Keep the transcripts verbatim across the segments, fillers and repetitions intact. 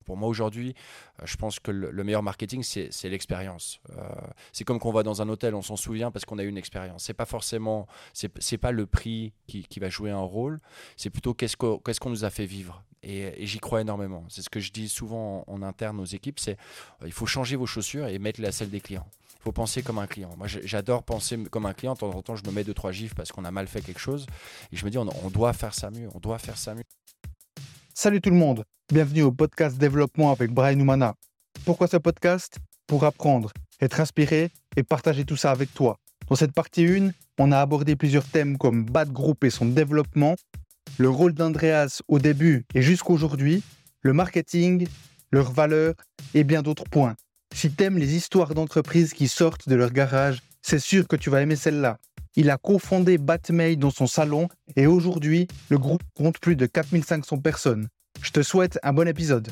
Pour moi, aujourd'hui, euh, je pense que le, le meilleur marketing, c'est, c'est l'expérience. Euh, c'est comme qu'on va dans un hôtel, on s'en souvient parce qu'on a eu une expérience. C'est pas forcément, c'est, c'est pas le prix qui, qui va jouer un rôle, c'est plutôt qu'est-ce qu'on, qu'est-ce qu'on nous a fait vivre. Et, et j'y crois énormément. C'est ce que je dis souvent en, en interne aux équipes, c'est euh, il faut changer vos chaussures et mettre la selle des clients. Il faut penser comme un client. Moi, j'adore penser comme un client. De temps en temps, je me mets deux, trois gifs parce qu'on a mal fait quelque chose. Et je me dis, on, on doit faire ça mieux. On doit faire ça mieux. Salut tout le monde. Bienvenue au podcast Développement avec Brian Oumana. Pourquoi ce podcast ? Pour apprendre, être inspiré et partager tout ça avec toi. Dans cette partie un, on a abordé plusieurs thèmes comme Bad Group et son développement, le rôle d'Andreas au début et jusqu'à aujourd'hui, le marketing, leurs valeurs et bien d'autres points. Si t'aimes les histoires d'entreprises qui sortent de leur garage, c'est sûr que tu vas aimer celle-là. Il a cofondé Batmade dans son salon et aujourd'hui, le groupe compte plus de quatre mille cinq cents personnes. Je te souhaite un bon épisode.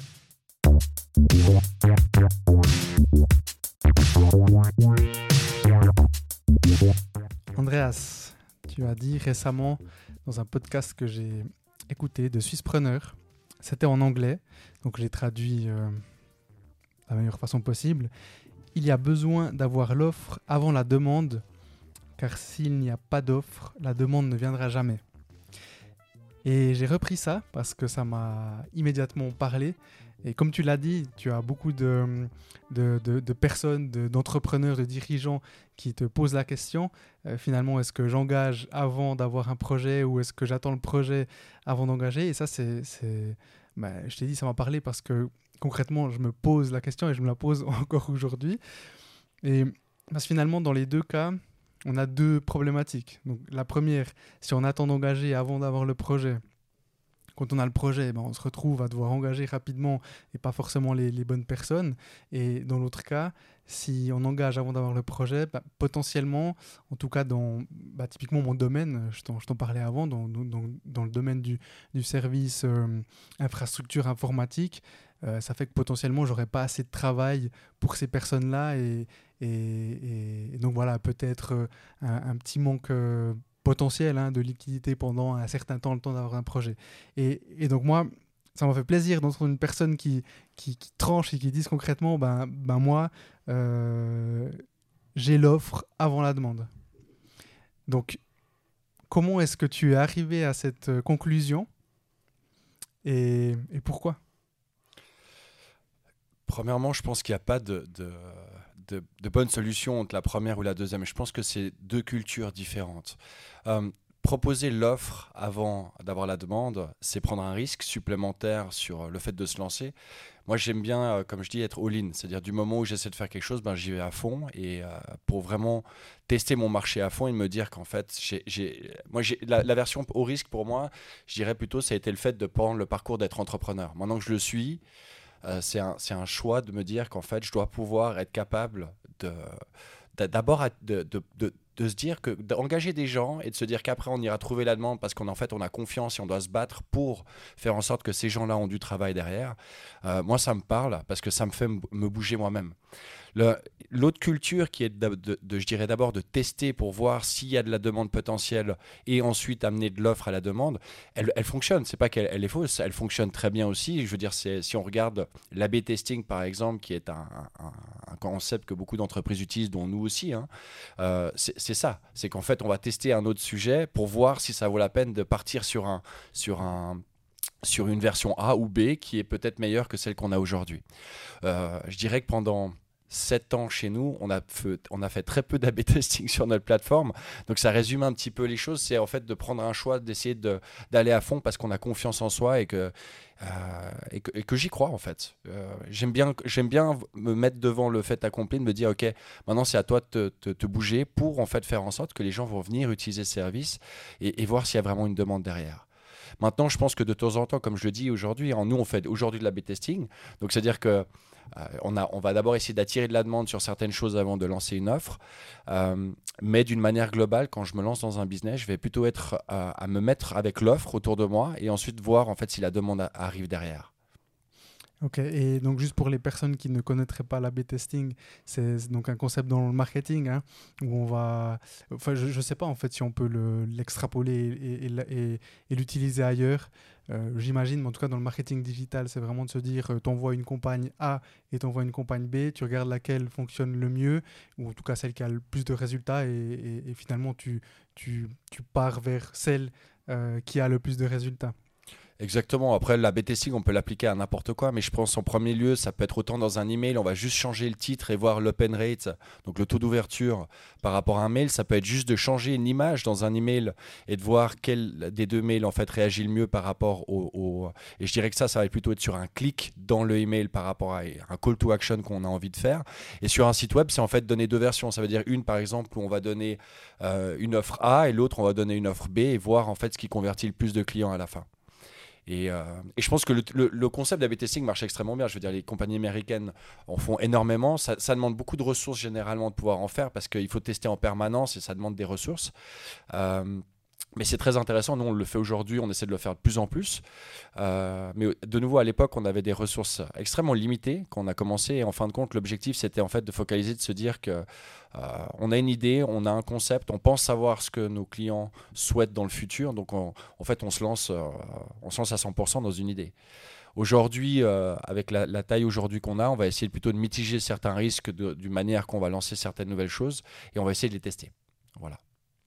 Andreas, tu as dit récemment dans un podcast que j'ai écouté de Swisspreneur, c'était en anglais, donc j'ai traduit euh, de la meilleure façon possible. Il y a besoin d'avoir l'offre avant la demande, car s'il n'y a pas d'offre, la demande ne viendra jamais. Et j'ai repris ça parce que ça m'a immédiatement parlé. Et comme tu l'as dit, tu as beaucoup de, de, de, de personnes, de, d'entrepreneurs, de dirigeants qui te posent la question. Euh, finalement, est-ce que j'engage avant d'avoir un projet ou est-ce que j'attends le projet avant d'engager ? Et ça, c'est, c'est... Ben, je t'ai dit, ça m'a parlé parce que concrètement, je me pose la question et je me la pose encore aujourd'hui. Et parce que finalement, dans les deux cas, on a deux problématiques. Donc, la première, si on attend d'engager avant d'avoir le projet, quand on a le projet, ben on se retrouve à devoir engager rapidement et pas forcément les, les bonnes personnes. Et dans l'autre cas, si on engage avant d'avoir le projet, ben potentiellement, en tout cas dans ben typiquement mon domaine, je t'en, je t'en parlais avant, dans, dans, dans le domaine du, du service euh, infrastructure informatique, euh, ça fait que potentiellement, j'aurais pas assez de travail pour ces personnes-là. Et, et, et, et donc voilà, peut-être un, un petit manque... Euh, potentiel hein, de liquidité pendant un certain temps, le temps d'avoir un projet. Et, et donc moi, ça m'a fait plaisir d'entendre une personne qui, qui, qui tranche et qui dise concrètement, ben, ben moi, euh, j'ai l'offre avant la demande. Donc, comment est-ce que tu es arrivé à cette conclusion et, et pourquoi ? Premièrement, je pense qu'il n'y a pas de, de, de, de bonne solution entre la première ou la deuxième. Je pense que c'est deux cultures différentes. Euh, proposer l'offre avant d'avoir la demande, c'est prendre un risque supplémentaire sur le fait de se lancer. Moi, j'aime bien, euh, comme je dis, être all-in. C'est-à-dire du moment où j'essaie de faire quelque chose, ben, j'y vais à fond. Et euh, pour vraiment tester mon marché à fond et me dire qu'en fait, j'ai, j'ai, moi, j'ai, la, la version au risque pour moi, je dirais plutôt, ça a été le fait de prendre le parcours d'être entrepreneur. Maintenant que je le suis, Euh, c'est, un, c'est un choix de me dire qu'en fait, je dois pouvoir être capable de, de, d'abord de, de, de, de se dire que d'engager des gens et de se dire qu'après, on ira trouver la demande parce qu'en en fait, on a confiance et on doit se battre pour faire en sorte que ces gens-là ont du travail derrière. Euh, moi, ça me parle parce que ça me fait m- me bouger moi-même. Le, l'autre culture qui est, de, de, de, je dirais d'abord de tester pour voir s'il y a de la demande potentielle et ensuite amener de l'offre à la demande, elle, elle fonctionne. C'est pas qu'elle elle est fausse, elle fonctionne très bien aussi. Je veux dire, c'est, si on regarde l'A B testing par exemple, qui est un, un, un concept que beaucoup d'entreprises utilisent, dont nous aussi, hein, euh, c'est, c'est ça. C'est qu'en fait, on va tester un autre sujet pour voir si ça vaut la peine de partir sur un, sur un sur une version A ou B qui est peut-être meilleure que celle qu'on a aujourd'hui. Euh, je dirais que pendant sept ans chez nous, on a fait, on a fait très peu d'A B testing sur notre plateforme. Donc ça résume un petit peu les choses. C'est en fait de prendre un choix, d'essayer de, d'aller à fond parce qu'on a confiance en soi et que, euh, et que, et que j'y crois en fait. Euh, j'aime bien, j'aime bien me mettre devant le fait accompli, de me dire ok, maintenant c'est à toi de te, te, te bouger pour en fait faire en sorte que les gens vont venir utiliser ce service et, et voir s'il y a vraiment une demande derrière. Maintenant, je pense que de temps en temps, comme je le dis aujourd'hui, hein, nous on fait aujourd'hui de l'A B testing. Donc c'est-à-dire que Euh, on, a, on va d'abord essayer d'attirer de la demande sur certaines choses avant de lancer une offre. Euh, mais d'une manière globale, quand je me lance dans un business, je vais plutôt être euh, à me mettre avec l'offre autour de moi et ensuite voir en fait si la demande a, arrive derrière. Ok, et donc juste pour les personnes qui ne connaîtraient pas l'A B testing, c'est c'est donc un concept dans le marketing, hein, où on va... Enfin, je ne sais pas en fait si on peut le- l'extrapoler et, et, la- et- et l'utiliser ailleurs. Euh, j'imagine, mais en tout cas dans le marketing digital, c'est vraiment de se dire, tu envoies une campagne A et tu envoies une campagne B, tu regardes laquelle fonctionne le mieux, ou en tout cas celle qui a le plus de résultats, et, et- et finalement tu, tu, tu pars vers celle euh, qui a le plus de résultats. Exactement. Après, l'A B testing, on peut l'appliquer à n'importe quoi, mais je pense en premier lieu, ça peut être autant dans un email, on va juste changer le titre et voir l'open rate, donc le taux d'ouverture par rapport à un mail. Ça peut être juste de changer une image dans un email et de voir quel des deux mails en fait réagit le mieux par rapport au, au- Et je dirais que ça, ça va plutôt être sur un clic dans le email par rapport à un call to action qu'on a envie de faire. Et sur un site web, c'est en fait donner deux versions. Ça veut dire une, par exemple, où on va donner euh, une offre A et l'autre, on va donner une offre B et voir en fait ce qui convertit le plus de clients à la fin. Et, euh, et je pense que le, le, le concept d'A B testing marche extrêmement bien. Je veux dire, les compagnies américaines en font énormément. Ça, ça demande beaucoup de ressources généralement de pouvoir en faire parce qu'il faut tester en permanence et ça demande des ressources. Euh, mais c'est très intéressant. Nous, on le fait aujourd'hui. On essaie de le faire de plus en plus. Euh, mais de nouveau, à l'époque, on avait des ressources extrêmement limitées quand on a commencé. Et en fin de compte, l'objectif, c'était en fait de focaliser, de se dire que euh, on a une idée, on a un concept, on pense savoir ce que nos clients souhaitent dans le futur. Donc, on- en fait, on se lance, euh, on se lance à cent pour cent dans une idée. Aujourd'hui, euh, avec la, la taille aujourd'hui qu'on a, on va essayer plutôt de mitiger certains risques de- d'une manière qu'on va lancer certaines nouvelles choses et on va essayer de les tester. Voilà.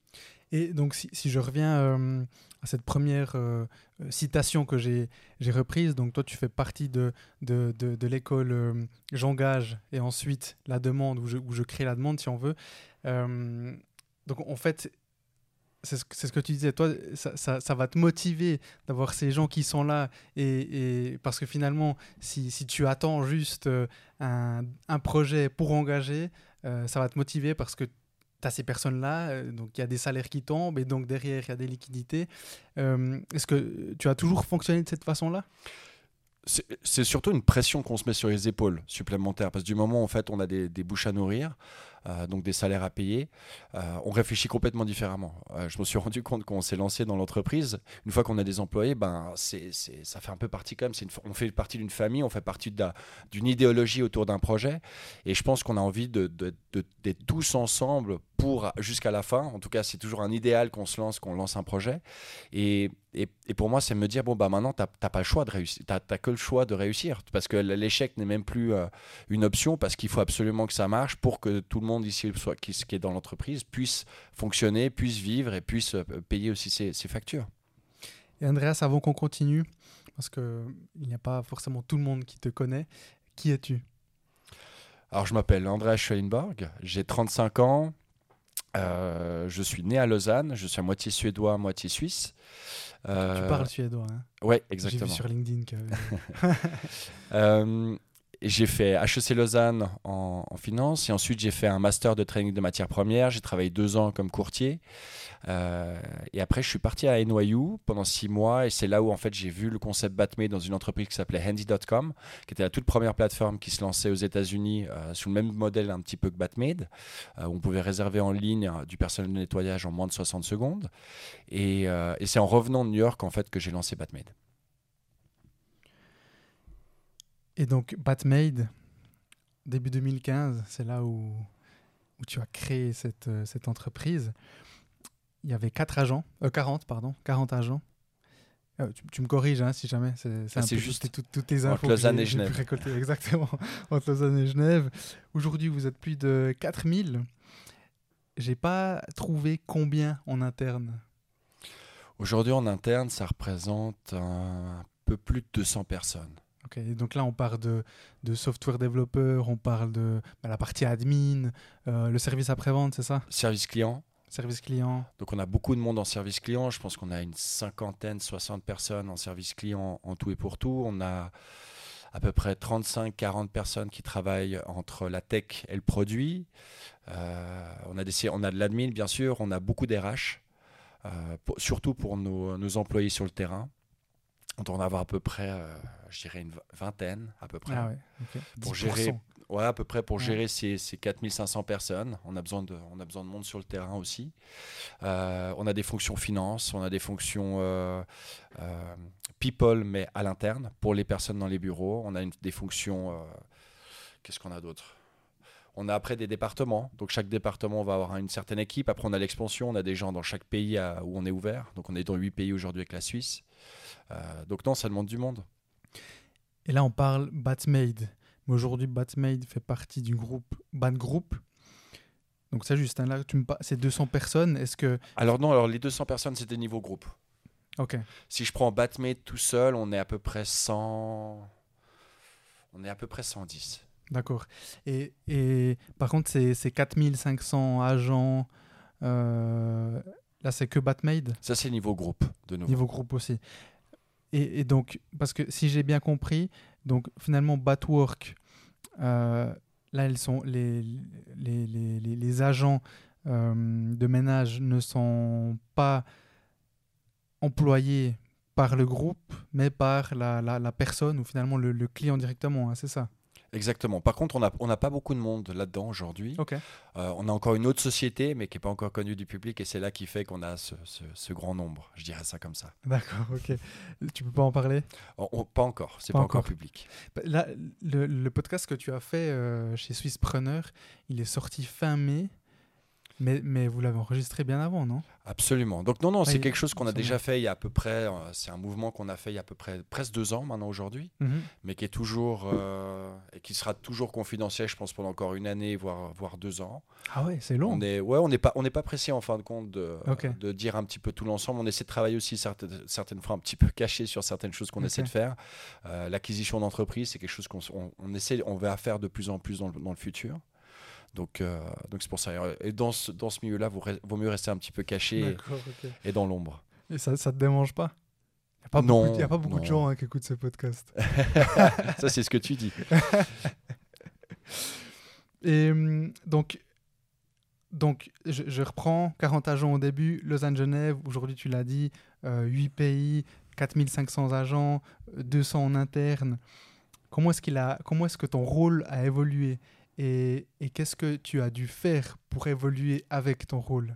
Et donc, si, si je reviens euh, à cette première euh, euh, citation que j'ai j'ai reprise, donc toi, tu fais partie de, de, de, de l'école euh, J'engage et ensuite la demande, où je, où je crée la demande, si on veut. Euh, donc, en fait, c'est ce, que- c'est ce que tu disais, toi, ça, ça, ça va te motiver d'avoir ces gens qui sont là, et, et parce que finalement, si, si tu attends juste euh, un, un projet pour engager, euh, ça va te motiver parce que tu as ces personnes-là, euh, donc il y a des salaires qui tombent, et donc derrière, il y a des liquidités. Euh, est-ce que tu as toujours fonctionné de cette façon-là? C'est c'est surtout une pression qu'on se met sur les épaules supplémentaires parce que du moment où en fait on a des, des bouches à nourrir, euh, donc des salaires à payer, euh, on réfléchit complètement différemment. Euh, je me suis rendu compte quand on s'est lancé dans l'entreprise, une fois qu'on a des employés, ben c'est, c'est- ça fait un peu partie quand même. C'est une fa- on fait partie d'une famille, on fait partie de la- d'une idéologie autour d'un projet, et je pense qu'on a envie de, de- de- d'être tous ensemble pour jusqu'à la fin. En tout cas, c'est toujours un idéal qu'on se lance, qu'on lance un projet. Et, et, et pour moi, c'est me dire bon bah maintenant t'as t'as pas le choix de réussir, t'as, t'as que le choix de réussir parce que l'échec n'est même plus euh, une option parce qu'il faut absolument que ça marche pour que tout le monde ici soit, qui, qui est dans l'entreprise puisse fonctionner, puisse vivre et puisse euh, payer aussi ses, ses factures. Et Andreas, avant qu'on continue, parce qu'il n'y a pas forcément tout le monde qui te connaît, qui es-tu? Alors je m'appelle Andreas Schellenborg, j'ai trente-cinq ans, euh, je suis né à Lausanne, je suis à moitié suédois, moitié suisse. Tu Euh, parles suédois, hein? ouais, J'ai vu exactement. sur LinkedIn que... Euh, j'ai fait H E C Lausanne en, en finance et ensuite j'ai fait un master de trading de matières premières. J'ai travaillé deux ans comme courtier. Euh, et après, je suis parti à N Y U pendant six mois et c'est là où en fait j'ai vu le concept Batmade dans une entreprise qui s'appelait Handy point com, qui était la toute première plateforme qui se lançait aux États-Unis euh, sous le même modèle un petit peu que Batmade, euh, où on pouvait réserver en ligne euh, du personnel de nettoyage en moins de soixante secondes. Et, euh, et c'est en revenant de New York en fait que j'ai lancé Batmade. Et donc, Batmade, début deux mille quinze, c'est là où, où tu as créé cette, euh, cette entreprise. Il y avait quatre agents, euh, quarante, pardon, quarante agents. Euh, tu, tu me corriges hein, si jamais, c'est c'est Ah, un c'est peu juste toutes, toutes, toutes les entre infos que Lausanne j'ai et j'ai pu Genève. récolter. Exactement, entre Lausanne et Genève. Aujourd'hui, vous êtes plus de quatre mille. J'ai pas trouvé combien en interne. Aujourd'hui, en interne, ça représente un peu plus de deux cents personnes. Ok, et donc là, on parle de, de software développeur, on parle de bah, la partie admin, euh, le service après-vente, c'est ça? Service client. Service client. Donc, on a beaucoup de monde en service client. Je pense qu'on a une cinquantaine, soixante personnes en service client en tout et pour tout. On a à peu près trente-cinq, quarante personnes qui travaillent entre la tech et le produit. Euh, on, a des, on a de l'admin, bien sûr. On a beaucoup d'R H, euh, pour- surtout pour nos, nos employés sur le terrain. On doit en avoir à peu près, euh, je dirais, une vingtaine à peu près. Ah ouais, ok. Pour dix pour cent. gérer, ouais, à peu près pour Ouais. gérer ces, ces quatre mille cinq cents personnes. On a besoin de, on a besoin de monde sur le terrain aussi. Euh, on a des fonctions finance, on a des fonctions euh, euh, people, mais à l'interne, pour les personnes dans les bureaux. On a une, des fonctions... Euh, qu'est-ce qu'on a d'autre ? On a après des départements. Donc, chaque département va avoir une certaine équipe. Après, on a l'expansion. On a des gens dans chaque pays à, où on est ouvert. Donc, on est dans huit pays aujourd'hui avec la Suisse. Euh, donc, non, ça demande du monde. Et là, on parle Batmade. Mais aujourd'hui, Batmade fait partie du groupe Bat Group. Donc, ça, Justin, là, tu me par... c'est deux cents personnes. Est-ce que... Alors, non, alors les deux cents personnes, c'était niveau groupe. Ok. Si je prends Batmade tout seul, on est à peu près cent... On est à peu près cent dix. D'accord. Et, et par contre, c'est, c'est quatre mille cinq cents agents. Euh, là, c'est que Batmade. Ça, c'est niveau groupe, de nouveau. Niveau groupe aussi. Et, et donc, parce que si j'ai bien compris, donc finalement, Batwork, euh, là, ils sont, les, les, les, les, les agents euh, de ménage ne sont pas employés par le groupe, mais par la, la, la personne ou finalement le, le client directement, hein, c'est ça? Exactement. Par contre, on n'a on a pas beaucoup de monde là-dedans aujourd'hui. Ok. Euh, on a encore une autre société, mais qui n'est pas encore connue du public, et c'est là qui fait qu'on a ce, ce, ce grand nombre. Je dirais ça comme ça. D'accord, ok. Tu peux pas en parler? On- on- pas encore, c'est Pas pas, encore. encore. public. Là, le, le podcast que tu as fait euh, chez Swisspreneur, il est sorti fin mai, mais, mais vous l'avez enregistré bien avant, non? Absolument. Donc non, non, c'est Oui, quelque chose qu'on a c'est déjà bon. fait il y a à peu près, euh, c'est un mouvement qu'on a fait il y a à peu près presque deux ans maintenant aujourd'hui, Mhm. mais qui est toujours, euh, et qui sera toujours confidentiel, je pense, pendant encore une année, voire, voire deux ans. Ah ouais, c'est long. On est, ouais, on n'est pas, on n'est pas pressé en fin de compte de, Ok. de dire un petit peu tout l'ensemble. On essaie de travailler aussi certaines, certaines fois un petit peu caché sur certaines choses qu'on Ok. essaie de faire. Euh, l'acquisition d'entreprise, c'est quelque chose qu'on on, on essaie, on va faire de plus en plus dans le, dans le futur. Donc, euh, donc c'est pour ça. Et dans ce, dans ce milieu-là, il vaut, vaut mieux rester un petit peu caché D'accord, ok. et, et dans l'ombre. Et ça, ça te dérange pas? Il n'y a pas Non, beaucoup, de- y a pas beaucoup de non. gens hein, qui écoutent ce podcast. Ça, c'est ce que tu dis. Et hum, donc, donc je, je reprends quarante agents au début, Lausanne-Genève, aujourd'hui tu l'as dit, euh, huit pays, quatre mille cinq cents agents, euh, deux cents en interne. Comment est-ce, qu'il a, comment est-ce que ton rôle a évolué et, et qu'est-ce que tu as dû faire pour évoluer avec ton rôle?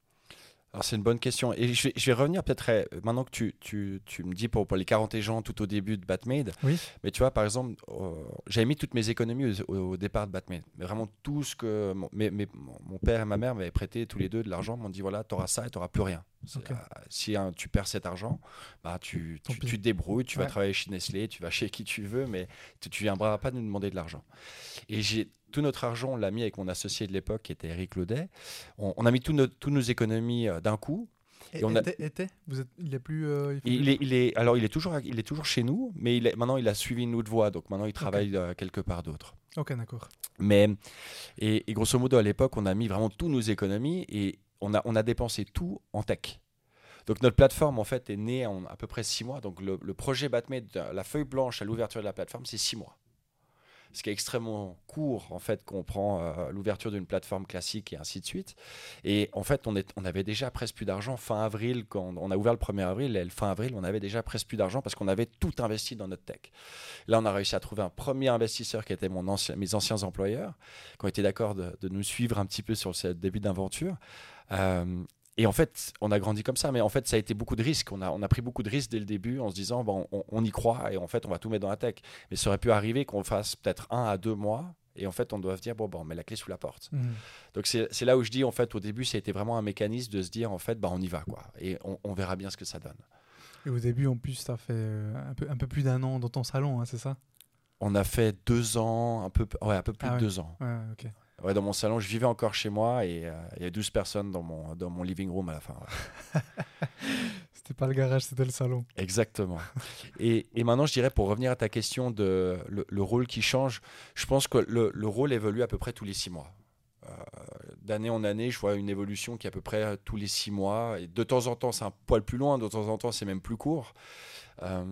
Alors, c'est une bonne question. Et je vais, je vais revenir peut-être, euh, maintenant que tu, tu, tu me dis pour, pour les quarante gens tout au début de Batmade. Oui. Mais tu vois, par exemple, euh, j'avais mis toutes mes économies au, au départ de Batmade. Mais vraiment tout ce que mon, mes, mes- mon père et ma mère m'avaient prêté tous les deux de l'argent, m'ont dit voilà, tu auras ça et tu n'auras plus rien. C'est, Ok. euh, si hein, tu perds cet argent, bah, tu, Tant tu, pis. tu te débrouilles, tu Ouais. vas travailler chez Nestlé, tu vas chez qui tu veux, mais tu ne viendras pas nous demander de l'argent. Et j'ai, tout notre argent, on l'a mis avec mon associé de l'époque, qui était Eric Laudet. On, on a mis tous nos, tous nos économies euh, d'un coup. Et, Et on a- était, était vous êtes, il est plus... euh, il fait Il plus- est, il est, alors il est toujours, il est toujours chez nous, mais il est, maintenant il a suivi une autre voie, donc maintenant il travaille euh, quelque part d'autre. Ok, d'accord. Mais et, et grosso modo à l'époque, on a mis vraiment tous nos économies et on a, on a dépensé tout en tech. Donc notre plateforme en fait est née en à peu près six mois. Donc le, le projet Batmade, la feuille blanche à l'ouverture de la plateforme, c'est six mois. Ce qui est extrêmement court en fait qu'on prend euh, l'ouverture d'une plateforme classique et ainsi de suite. Et en fait, on, est, on avait déjà presque plus d'argent fin avril quand on a ouvert le premier avril. Et le fin avril, on avait déjà presque plus d'argent parce qu'on avait tout investi dans notre tech. Là, on a réussi à trouver un premier investisseur qui était mon ancien, mes anciens employeurs, qui ont été d'accord de, de nous suivre un petit peu sur ce début d'aventure. Euh, Et en fait, on a grandi comme ça, mais en fait, ça a été beaucoup de risques. On a, on a pris beaucoup de risques dès le début en se disant, bon, on, on y croit et en fait, on va tout mettre dans la tech. Mais ça aurait pu arriver qu'on fasse peut-être un à deux mois et en fait, on doit se dire, bon, bon, on met la clé sous la porte. Mhm. Donc, c'est, c'est là où je dis, en fait, au début, ça a été vraiment un mécanisme de se dire, en fait, bah, on y va, quoi. Et on, on verra bien ce que ça donne. Et au début, en plus, ça fait euh, un, peu, un peu plus d'un an dans ton salon, hein, c'est ça? On a fait deux ans, un peu, ouais, un peu plus Ah de ouais. deux ans. Ouais, ok. Ouais, dans mon salon, je vivais encore chez moi et euh, il y avait douze personnes dans mon, dans mon living room à la fin. Ouais. C'était pas le garage, c'était le salon. Exactement. Et, et maintenant, je dirais, pour revenir à ta question de le, le rôle qui change, je pense que le, le rôle évolue à peu près tous les six mois. Euh, d'année en année, je vois une évolution qui est à peu près tous les six mois. Et de temps en temps, c'est un poil plus loin, de temps en temps, c'est même plus court. Euh,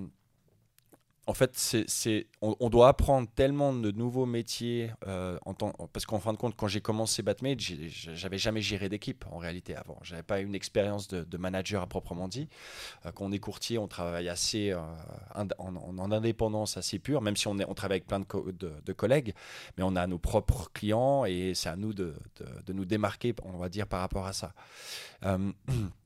En fait, c'est, c'est, on, on doit apprendre tellement de nouveaux métiers euh, en temps, parce qu'en fin de compte, quand j'ai commencé Batmade, j'ai, j'avais jamais géré d'équipe en réalité avant. J'avais pas une expérience de, de manager à proprement dit. Euh, quand on est courtier, on travaille assez euh, ind- en, en, en indépendance assez pure, même si on, est, on travaille avec plein de, co- de, de collègues, mais on a nos propres clients et c'est à nous de, de, de nous démarquer, on va dire, par rapport à ça. Euh,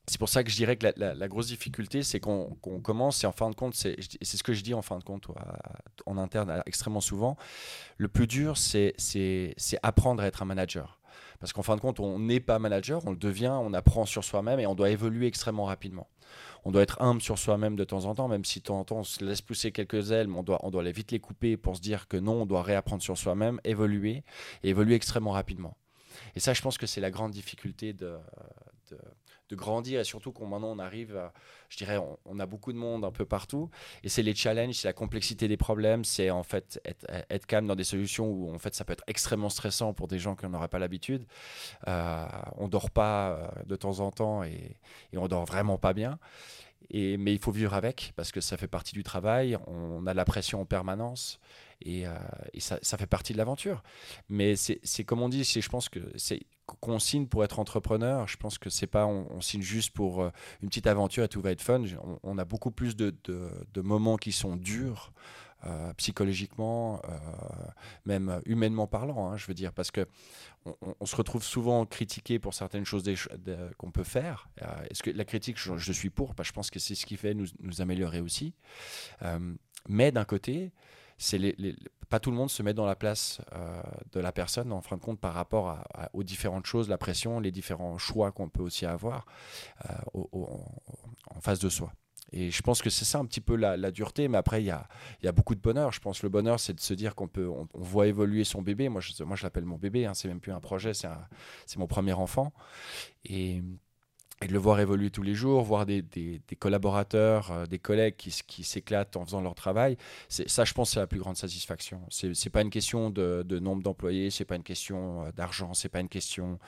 c'est pour ça que je dirais que la, la, la grosse difficulté, c'est qu'on, qu'on commence et en fin de compte, c'est, c'est ce que je dis en fin de compte à, en interne extrêmement souvent, le plus dur, c'est, c'est, c'est apprendre à être un manager. Parce qu'en fin de compte, on n'est pas manager, on le devient, on apprend sur soi-même et on doit évoluer extrêmement rapidement. On doit être humble sur soi-même de temps en temps, même si de temps en temps on se laisse pousser quelques ailes, mais on doit, on doit vite les couper pour se dire que non, on doit réapprendre sur soi-même, évoluer et évoluer extrêmement rapidement. Et ça, je pense que c'est la grande difficulté de, de, de grandir et surtout qu'on maintenant on arrive, à, je dirais, on, on a beaucoup de monde un peu partout et c'est les challenges, c'est la complexité des problèmes, c'est en fait être, être calme dans des solutions où en fait ça peut être extrêmement stressant pour des gens qui n'en auraient pas l'habitude. Euh, on dort pas de temps en temps et, et on dort vraiment pas bien. Et, mais il faut vivre avec parce que ça fait partie du travail, on a de la pression en permanence et, euh, et ça, ça fait partie de l'aventure. Mais c'est, c'est comme on dit, c'est, je pense que c'est qu'on signe pour être entrepreneur, je pense que c'est pas on, on signe juste pour euh, une petite aventure et tout va être fun. On, on a beaucoup plus de, de, de moments qui sont durs. Euh, psychologiquement, euh, même humainement parlant, hein, je veux dire, parce que on, on se retrouve souvent critiqué pour certaines choses des, de, qu'on peut faire. Euh, est-ce que la critique, je, je suis pour, parce que je pense que c'est ce qui fait nous, nous améliorer aussi. Euh, mais d'un côté, c'est les, les, pas tout le monde se met dans la place euh, de la personne, en fin de compte, par rapport à, à, aux différentes choses, la pression, les différents choix qu'on peut aussi avoir euh, au, au, en face de soi. Et je pense que c'est ça un petit peu la, la dureté, mais après, il y a, y a beaucoup de bonheur. Je pense que le bonheur, c'est de se dire qu'on peut, on, on voit évoluer son bébé. Moi, je, moi, je l'appelle mon bébé, hein, c'est même plus un projet, c'est, un, c'est mon premier enfant. Et, et de le voir évoluer tous les jours, voir des, des, des collaborateurs, euh, des collègues qui, qui s'éclatent en faisant leur travail, c'est, ça, je pense, c'est la plus grande satisfaction. C'est, c'est pas une question de, de nombre d'employés, c'est pas une question d'argent, c'est pas une question...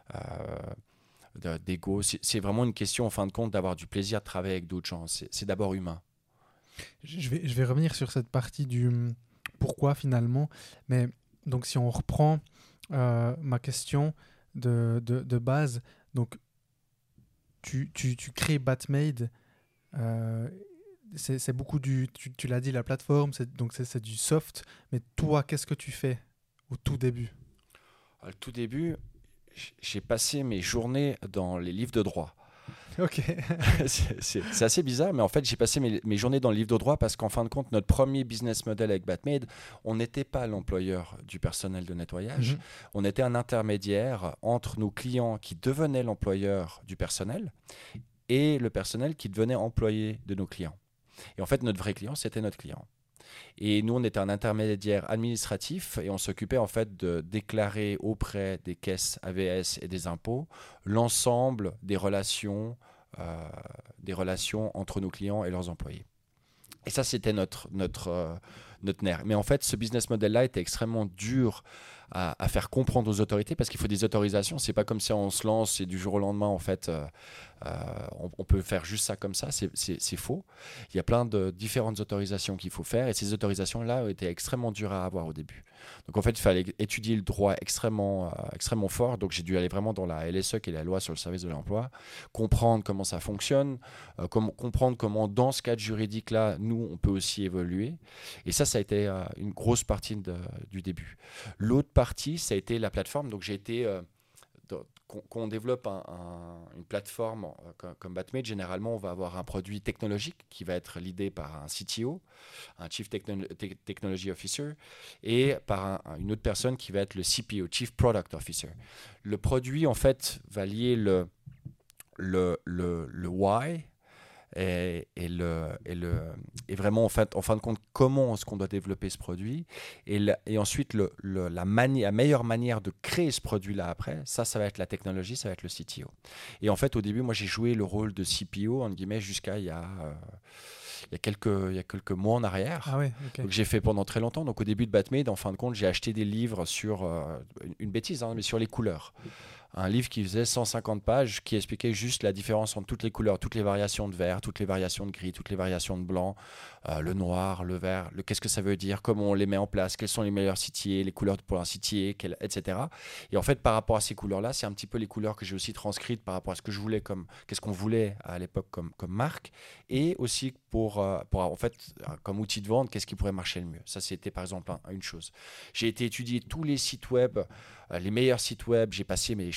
Euh, d'ego, c'est, c'est vraiment une question en fin de compte d'avoir du plaisir de travailler avec d'autres gens, c'est, c'est d'abord humain. Je vais, je vais revenir sur cette partie du pourquoi finalement, mais donc si on reprend euh, ma question de, de, de base, donc tu, tu, tu crées Batmade, euh, c'est, c'est beaucoup du, tu, tu l'as dit, la plateforme, c'est, donc c'est, c'est du soft, mais toi, qu'est-ce que tu fais au tout début? Au tout début, j'ai passé mes journées dans les livres de droit. Ok. c'est, c'est, c'est assez bizarre, mais en fait, j'ai passé mes, mes journées dans le livre de droit parce qu'en fin de compte, notre premier business model avec Batmade, on n'était pas l'employeur du personnel de nettoyage. Mm-hmm. On était un intermédiaire entre nos clients qui devenaient l'employeur du personnel et le personnel qui devenait employé de nos clients. Et en fait, notre vrai client, c'était notre client. Et nous, on était un intermédiaire administratif et on s'occupait en fait de déclarer auprès des caisses A V S et des impôts l'ensemble des relations, euh, des relations entre nos clients et leurs employés. Et ça, c'était notre, notre, euh, notre nerf. Mais en fait, ce business model-là était extrêmement dur à, à faire comprendre aux autorités parce qu'il faut des autorisations. C'est pas comme si on se lance et du jour au lendemain, en fait, euh, euh, on, on peut faire juste ça comme ça. C'est, c'est, c'est faux. Il y a plein de différentes autorisations qu'il faut faire et ces autorisations-là étaient extrêmement dures à avoir au début. Donc en fait, il fallait étudier le droit extrêmement, euh, extrêmement fort. Donc j'ai dû aller vraiment dans la L S E, qui est la loi sur le service de l'emploi, comprendre comment ça fonctionne, euh, com- comprendre comment dans ce cadre juridique-là, nous, on peut aussi évoluer. Et ça, ça a été euh, une grosse partie de, du début. L'autre partie, ça a été la plateforme. Donc j'ai été... Euh, Quand on développe un, un, une plateforme euh, comme, comme Batmade, généralement, on va avoir un produit technologique qui va être leadé par un C T O, un Chief Techno- Te- Technology Officer, et par un, une autre personne qui va être le C P O, Chief Product Officer. Le produit, en fait, va lier le, le, le, le why et, et, le, et, le, et vraiment, en, fait, en fin de compte, comment est-ce qu'on doit développer ce produit et, le, et ensuite, le, le, la, mani- la meilleure manière de créer ce produit-là après, ça, ça va être la technologie, ça va être le C T O. Et en fait, au début, moi, j'ai joué le rôle de C P O, entre guillemets, jusqu'à il y a... Euh, il y a quelques, il y a quelques mois en arrière. Ah ouais, okay. Donc j'ai fait pendant très longtemps. Donc au début de Batmade, en fin de compte, j'ai acheté des livres sur, euh, une bêtise, hein, mais sur les couleurs. Un livre qui faisait cent cinquante pages, qui expliquait juste la différence entre toutes les couleurs, toutes les variations de vert, toutes les variations de gris, toutes les variations de blanc, euh, le noir, le vert, le, qu'est-ce que ça veut dire, comment on les met en place, quels sont les meilleurs sitiers, les couleurs pour un sitier, quel, et cetera. Et en fait, par rapport à ces couleurs-là, c'est un petit peu les couleurs que j'ai aussi transcrites par rapport à ce que je voulais, comme, qu'est-ce qu'on voulait à l'époque comme, comme marque, et aussi pour, euh, pour, en fait, comme outil de vente, qu'est-ce qui pourrait marcher le mieux. Ça, c'était par exemple un, une chose. J'ai été étudier tous les sites web, euh, les meilleurs sites web, j'ai passé, mais je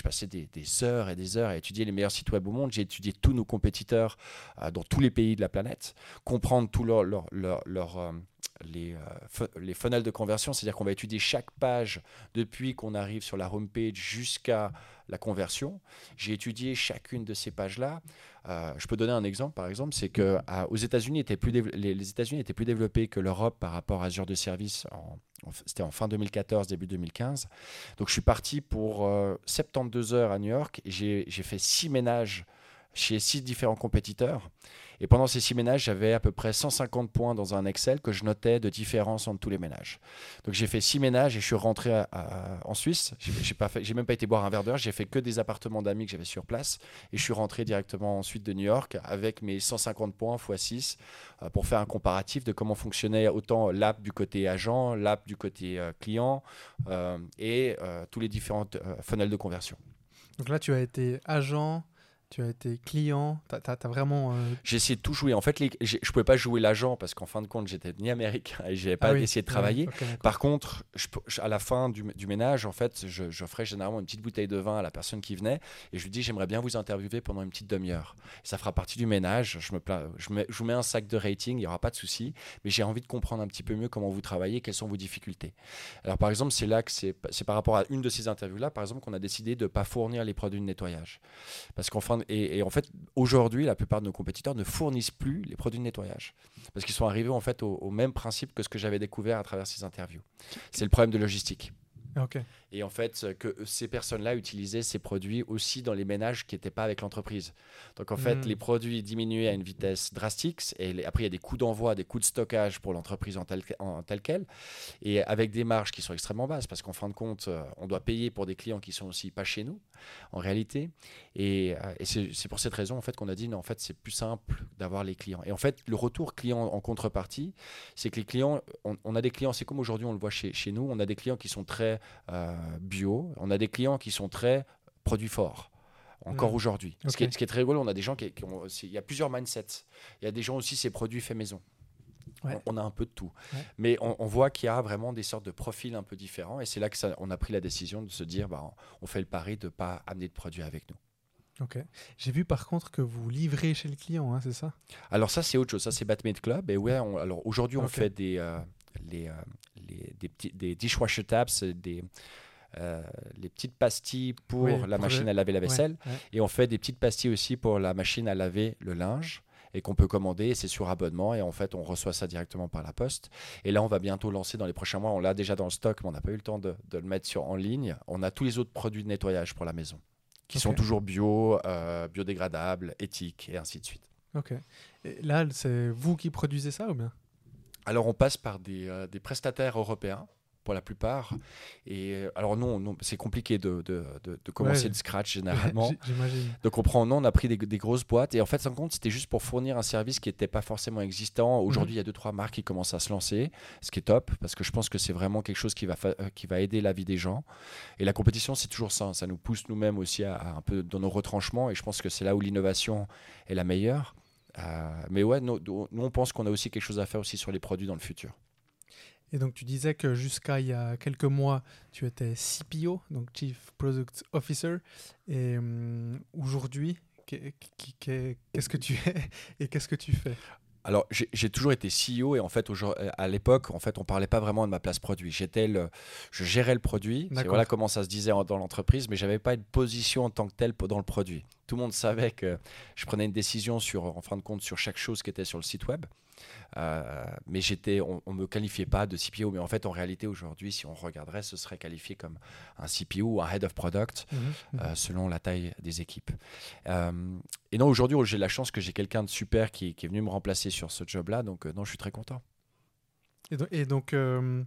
je passais des, des heures et des heures à étudier les meilleurs sites web au monde. J'ai étudié tous nos compétiteurs euh, dans tous les pays de la planète, comprendre tous leurs leur, leur, leur, euh, les, euh, les funnels de conversion, c'est-à-dire qu'on va étudier chaque page depuis qu'on arrive sur la homepage jusqu'à la conversion. J'ai étudié chacune de ces pages-là. Euh, je peux donner un exemple, par exemple, c'est que à, aux États-Unis étaient plus dév- les, les États-Unis étaient plus développés que l'Europe par rapport à Azure de service. En, en, c'était en fin deux mille quatorze, début deux mille quinze. Donc je suis parti pour euh, soixante-douze heures à New York. Et j'ai, j'ai fait six ménages chez six différents compétiteurs. Et pendant ces six ménages, j'avais à peu près cent cinquante points dans un Excel que je notais de différence entre tous les ménages. Donc j'ai fait six ménages et je suis rentré à, à, en Suisse. J'ai, j'ai, pas fait, j'ai même pas été boire un verre d'heure. J'ai fait que des appartements d'amis que j'avais sur place. Et je suis rentré directement ensuite de New York avec mes cent cinquante points fois six euh, pour faire un comparatif de comment fonctionnait autant l'app du côté agent, l'app du côté euh, client euh, et euh, tous les différents euh, funnels de conversion. Donc là, tu as été agent, tu as été client, tu as vraiment... Euh... J'ai essayé de tout jouer. En fait, les, je ne pouvais pas jouer l'agent parce qu'en fin de compte, j'étais ni américain et je n'avais pas ah oui. essayé de travailler. Ouais, okay, Par contre, je, je, à la fin du, du ménage, en fait, je, j'offrais généralement une petite bouteille de vin à la personne qui venait et je lui dis, j'aimerais bien vous interviewer pendant une petite demi-heure. Et ça fera partie du ménage. Je, me pla... je, mets, je vous mets un sac de rating, il n'y aura pas de souci, mais j'ai envie de comprendre un petit peu mieux comment vous travaillez, quelles sont vos difficultés. Alors, par exemple, c'est là que c'est, c'est par rapport à une de ces interviews-là, par exemple, qu'on a décidé de ne pas fournir les produits de nettoyage. Parce qu'en fin de... et, et en fait, aujourd'hui, la plupart de nos compétiteurs ne fournissent plus les produits de nettoyage parce qu'ils sont arrivés en fait au, au même principe que ce que j'avais découvert à travers ces interviews. C'est le problème de logistique. Okay. Et en fait, que ces personnes-là utilisaient ces produits aussi dans les ménages qui n'étaient pas avec l'entreprise. Donc en fait, mmh. les produits diminuaient à une vitesse drastique. Et les, après, il y a des coûts d'envoi, des coûts de stockage pour l'entreprise en tel, en tel quel. Et avec des marges qui sont extrêmement basses. Parce qu'en fin de compte, on doit payer pour des clients qui sont aussi pas chez nous, en réalité. Et, et c'est, c'est pour cette raison en fait, qu'on a dit, non, en fait, c'est plus simple d'avoir les clients. Et en fait, le retour client en contrepartie, c'est que les clients, on, on a des clients, c'est comme aujourd'hui, on le voit chez, chez nous, on a des clients qui sont très... Euh, bio, on a des clients qui sont très produits forts encore mmh. aujourd'hui. Okay. Ce, qui est, ce qui est très rigolo, on a des gens qui, qui ont, il y a plusieurs mindsets. Il y a des gens aussi, c'est produits faits maison. Ouais. On, on a un peu de tout, ouais. mais on, on voit qu'il y a vraiment des sortes de profils un peu différents, et c'est là que ça, on a pris la décision de se dire, bah, on fait le pari de ne pas amener de produits avec nous. Ok. J'ai vu par contre que vous livrez chez le client, hein, c'est ça? Alors ça, c'est autre chose. Ça, c'est Batmade Club. Et ouais, on, alors aujourd'hui, on okay. fait des, euh, les, euh, les, des, petits, des dishwasher tabs, des Euh, les petites pastilles pour oui, la pour machine le... à laver la vaisselle ouais, ouais. et on fait des petites pastilles aussi pour la machine à laver le linge et qu'on peut commander et c'est sur abonnement et en fait on reçoit ça directement par la poste et là on va bientôt lancer dans les prochains mois, on l'a déjà dans le stock mais on n'a pas eu le temps de, de le mettre sur, en ligne, on a tous les autres produits de nettoyage pour la maison qui okay. sont toujours bio, euh, biodégradables, éthiques et ainsi de suite. Ok. Et là c'est vous qui produisez ça ou bien? Alors on passe par des, euh, des prestataires européens pour la plupart. Et alors non, non c'est compliqué de, de, de, de commencer ouais. de scratch généralement. J'imagine. Donc on prend, non, on a pris des, des grosses boîtes et en fait, sans compte, c'était juste pour fournir un service qui n'était pas forcément existant. Aujourd'hui, il mmh. y a deux, trois marques qui commencent à se lancer, ce qui est top parce que je pense que c'est vraiment quelque chose qui va, fa- qui va aider la vie des gens. Et la compétition, c'est toujours ça. Ça nous pousse nous-mêmes aussi à, à un peu dans nos retranchements et je pense que c'est là où l'innovation est la meilleure. Euh, mais ouais, nous, nous, on pense qu'on a aussi quelque chose à faire aussi sur les produits dans le futur. Et donc, tu disais que jusqu'à il y a quelques mois, tu étais C P O, donc Chief Product Officer. Et euh, aujourd'hui, qu'est-ce que tu es et qu'est-ce que tu fais? Alors, j'ai, j'ai toujours été C E O et en fait, à l'époque, en fait, on ne parlait pas vraiment de ma place produit. J'étais le, je gérais le produit. C'est voilà comment ça se disait dans l'entreprise, mais je n'avais pas une position en tant que telle dans le produit. Tout le monde savait que je prenais une décision sur, en fin de compte, sur chaque chose qui était sur le site web. Euh, mais j'étais, on ne me qualifiait pas de C P O, mais en fait, en réalité, aujourd'hui, si on regarderait, ce serait qualifié comme un C P O ou un Head of Product, mmh, mmh. Euh, selon la taille des équipes. Euh, et non, aujourd'hui, j'ai la chance que j'ai quelqu'un de super qui, qui est venu me remplacer sur ce job-là, donc euh, non, je suis très content. Et donc, et donc euh,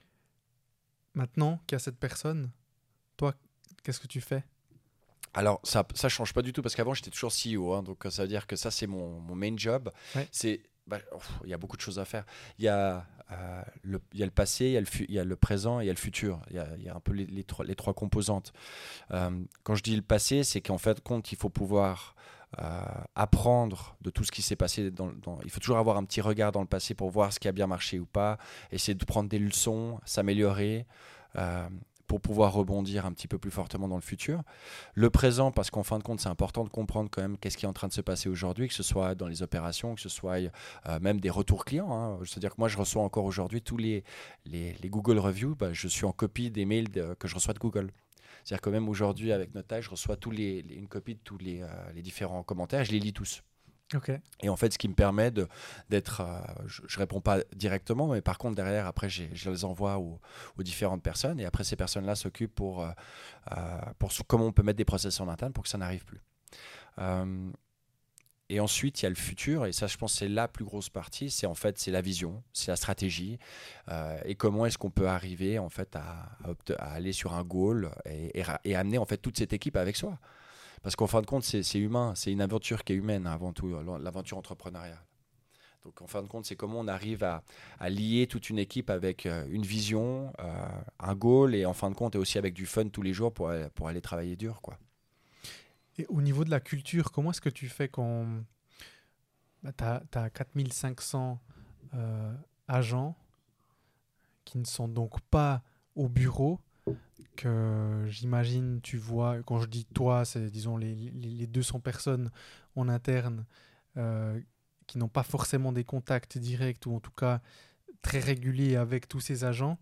maintenant qu'il y a cette personne, toi, qu'est-ce que tu fais? Alors, ça ne change pas du tout, parce qu'avant, j'étais toujours C E O, hein, donc ça veut dire que ça, c'est mon, mon main job. Ouais. C'est... Bah, oh, il y a beaucoup de choses à faire. Il y a, euh, le, il y a le passé, il y a le, fu- il y a le présent et il y a le futur. Il y a, il y a un peu les, les, trois, les trois composantes. Euh, quand je dis le passé, c'est qu'en fait, compte, il faut pouvoir euh, apprendre de tout ce qui s'est passé. Dans, dans, il faut toujours avoir un petit regard dans le passé pour voir ce qui a bien marché ou pas, essayer de prendre des leçons, s'améliorer. Euh, pour pouvoir rebondir un petit peu plus fortement dans le futur. Le présent, parce qu'en fin de compte, c'est important de comprendre quand même qu'est-ce qui est en train de se passer aujourd'hui, que ce soit dans les opérations, que ce soit euh, même des retours clients. Hein. C'est-à-dire que moi, je reçois encore aujourd'hui tous les, les, les Google Reviews. Bah, je suis en copie des mails de, que je reçois de Google. C'est-à-dire que même aujourd'hui, avec Notage, je reçois tous les, les, une copie de tous les, euh, les différents commentaires et je les lis tous. Okay. Et en fait, ce qui me permet de, d'être... Euh, je ne réponds pas directement, mais par contre, derrière, après, j'ai, je les envoie aux, aux différentes personnes. Et après, ces personnes-là s'occupent pour, euh, euh, pour comment on peut mettre des process en interne pour que ça n'arrive plus. Euh, et ensuite, il y a le futur. Et ça, je pense, c'est la plus grosse partie. C'est en fait, c'est la vision, c'est la stratégie. Euh, et comment est-ce qu'on peut arriver, en fait, à, à, à aller sur un goal et, et, et amener, en fait, toute cette équipe avec soi. Parce qu'en fin de compte, c'est, c'est humain, c'est une aventure qui est humaine avant tout, l'aventure entrepreneuriale. Donc en fin de compte, c'est comment on arrive à, à lier toute une équipe avec euh, une vision, euh, un goal, et en fin de compte, et aussi avec du fun tous les jours pour, pour aller travailler dur, quoi. Et au niveau de la culture, comment est-ce que tu fais quand bah, tu as quatre mille cinq cents euh, agents qui ne sont donc pas au bureau, que j'imagine, tu vois, quand je dis toi, c'est disons les, les, les deux cents personnes en interne euh, qui n'ont pas forcément des contacts directs ou en tout cas très réguliers avec tous ces agents.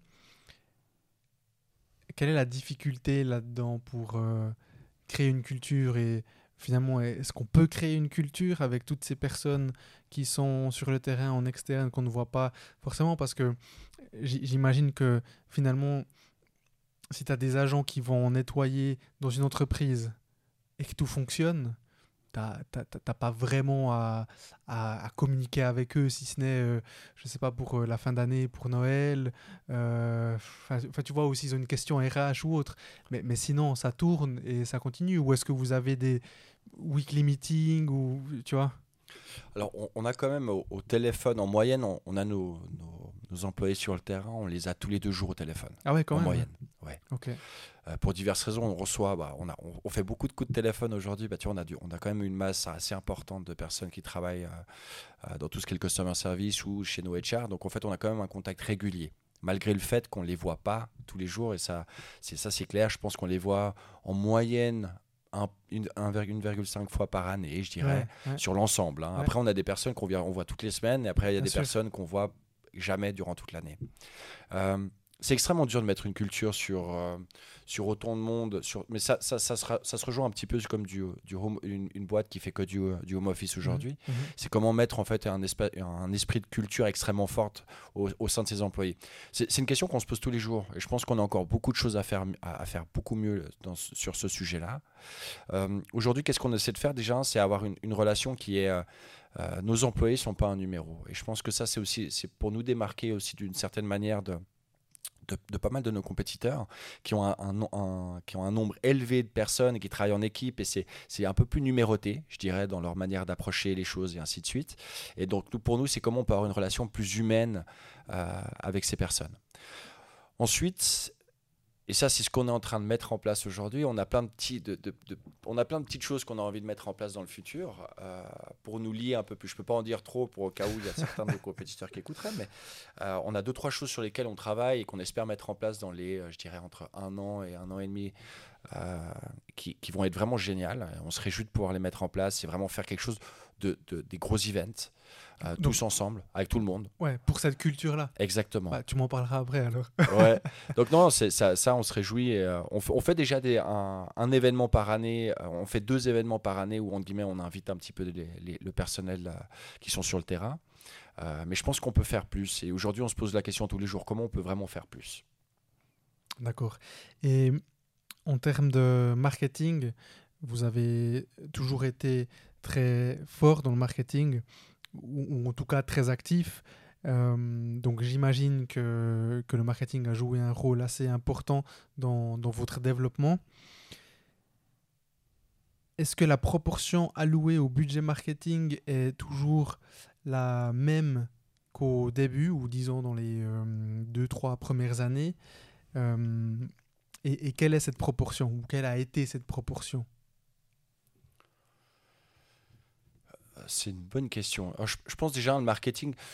Quelle est la difficulté là-dedans pour euh, créer une culture et finalement, est-ce qu'on peut créer une culture avec toutes ces personnes qui sont sur le terrain en externe qu'on ne voit pas forcément, parce que j'imagine que finalement, si tu as des agents qui vont nettoyer dans une entreprise et que tout fonctionne, tu n'as pas vraiment à, à, à communiquer avec eux, si ce n'est, euh, je ne sais pas, pour euh, la fin d'année, pour Noël. Euh, tu vois, aussi, ils ont une question R H ou autre. Mais, mais sinon, ça tourne et ça continue. Ou est-ce que vous avez des weekly meetings ou, tu vois? Alors, on, on a quand même au, au téléphone, en moyenne, on, on a nos, nos, nos employés sur le terrain, on les a tous les deux jours au téléphone. Ah ouais, quand en même. moyenne, ouais. Ok. Euh, pour diverses raisons, on reçoit, bah, on, a, on, on fait beaucoup de coups de téléphone aujourd'hui. Bah, tu vois, on, a du, on a quand même une masse assez importante de personnes qui travaillent euh, euh, dans tout ce qui est le customer service ou chez nos H R. Donc, en fait, on a quand même un contact régulier, malgré le fait qu'on ne les voit pas tous les jours. Et ça, c'est, ça, c'est clair. Je pense qu'on les voit en moyenne un virgule cinq fois par année, je dirais, ouais, ouais. sur l'ensemble. Hein. Ouais. Après, on a des personnes qu'on on voit toutes les semaines, et après, il y a Bien des sûr. personnes qu'on voit jamais durant toute l'année. Euh, c'est extrêmement dur de mettre une culture sur, euh, sur autant de monde, sur, mais ça, ça, ça, sera, ça se rejoint un petit peu comme du, du home, une, une boîte qui fait que du, du home office aujourd'hui. Mmh. C'est comment mettre en fait un, espa- un esprit de culture extrêmement forte au, au sein de ses employés. C'est, c'est une question qu'on se pose tous les jours, et je pense qu'on a encore beaucoup de choses à faire, à, à faire beaucoup mieux dans, sur ce sujet-là. Euh, aujourd'hui, qu'est-ce qu'on essaie de faire déjà? C'est avoir une, une relation qui est... Euh, euh, nos employés ne sont pas un numéro. Et je pense que ça, c'est aussi c'est pour nous démarquer aussi d'une certaine manière de... De, de pas mal de nos compétiteurs qui ont un, un, un, qui ont un nombre élevé de personnes et qui travaillent en équipe, et c'est, c'est un peu plus numéroté, je dirais, dans leur manière d'approcher les choses et ainsi de suite. Et donc nous, pour nous, c'est comment on peut avoir une relation plus humaine euh, avec ces personnes. Ensuite, et ça, c'est ce qu'on est en train de mettre en place aujourd'hui. On a plein de, petits, de, de, de, on a plein de petites choses qu'on a envie de mettre en place dans le futur euh, pour nous lier un peu plus. Je ne peux pas en dire trop pour au cas où il y a certains de nos compétiteurs qui écouteraient, mais euh, on a deux, trois choses sur lesquelles on travaille et qu'on espère mettre en place dans les, euh, je dirais, entre un an et un an et demi, euh, qui, qui vont être vraiment géniales. On se réjouit de pouvoir les mettre en place et vraiment faire quelque chose de, de, des gros events. Euh, Donc, tous ensemble, avec tout le monde. Ouais, pour cette culture-là. Exactement. Bah, tu m'en parleras après alors. Ouais. Donc non, c'est, ça, ça, on se réjouit. Et, euh, on, f- on fait déjà des, un, un événement par année. Euh, on fait deux événements par année où, entre guillemets, on invite un petit peu les, les, le personnel euh, qui sont sur le terrain. Euh, mais je pense qu'on peut faire plus. Et aujourd'hui, on se pose la question tous les jours, comment on peut vraiment faire plus? D'accord. Et en termes de marketing, vous avez toujours été très fort dans le marketing, ou, ou en tout cas très actif. Euh, donc j'imagine que, que le marketing a joué un rôle assez important dans, dans votre développement. Est-ce que la proportion allouée au budget marketing est toujours la même qu'au début, ou disons dans les euh, deux, trois premières années? euh, et, et quelle est cette proportion, ou quelle a été cette proportion? C'est une bonne question. Alors, je, je pense déjà le marketing,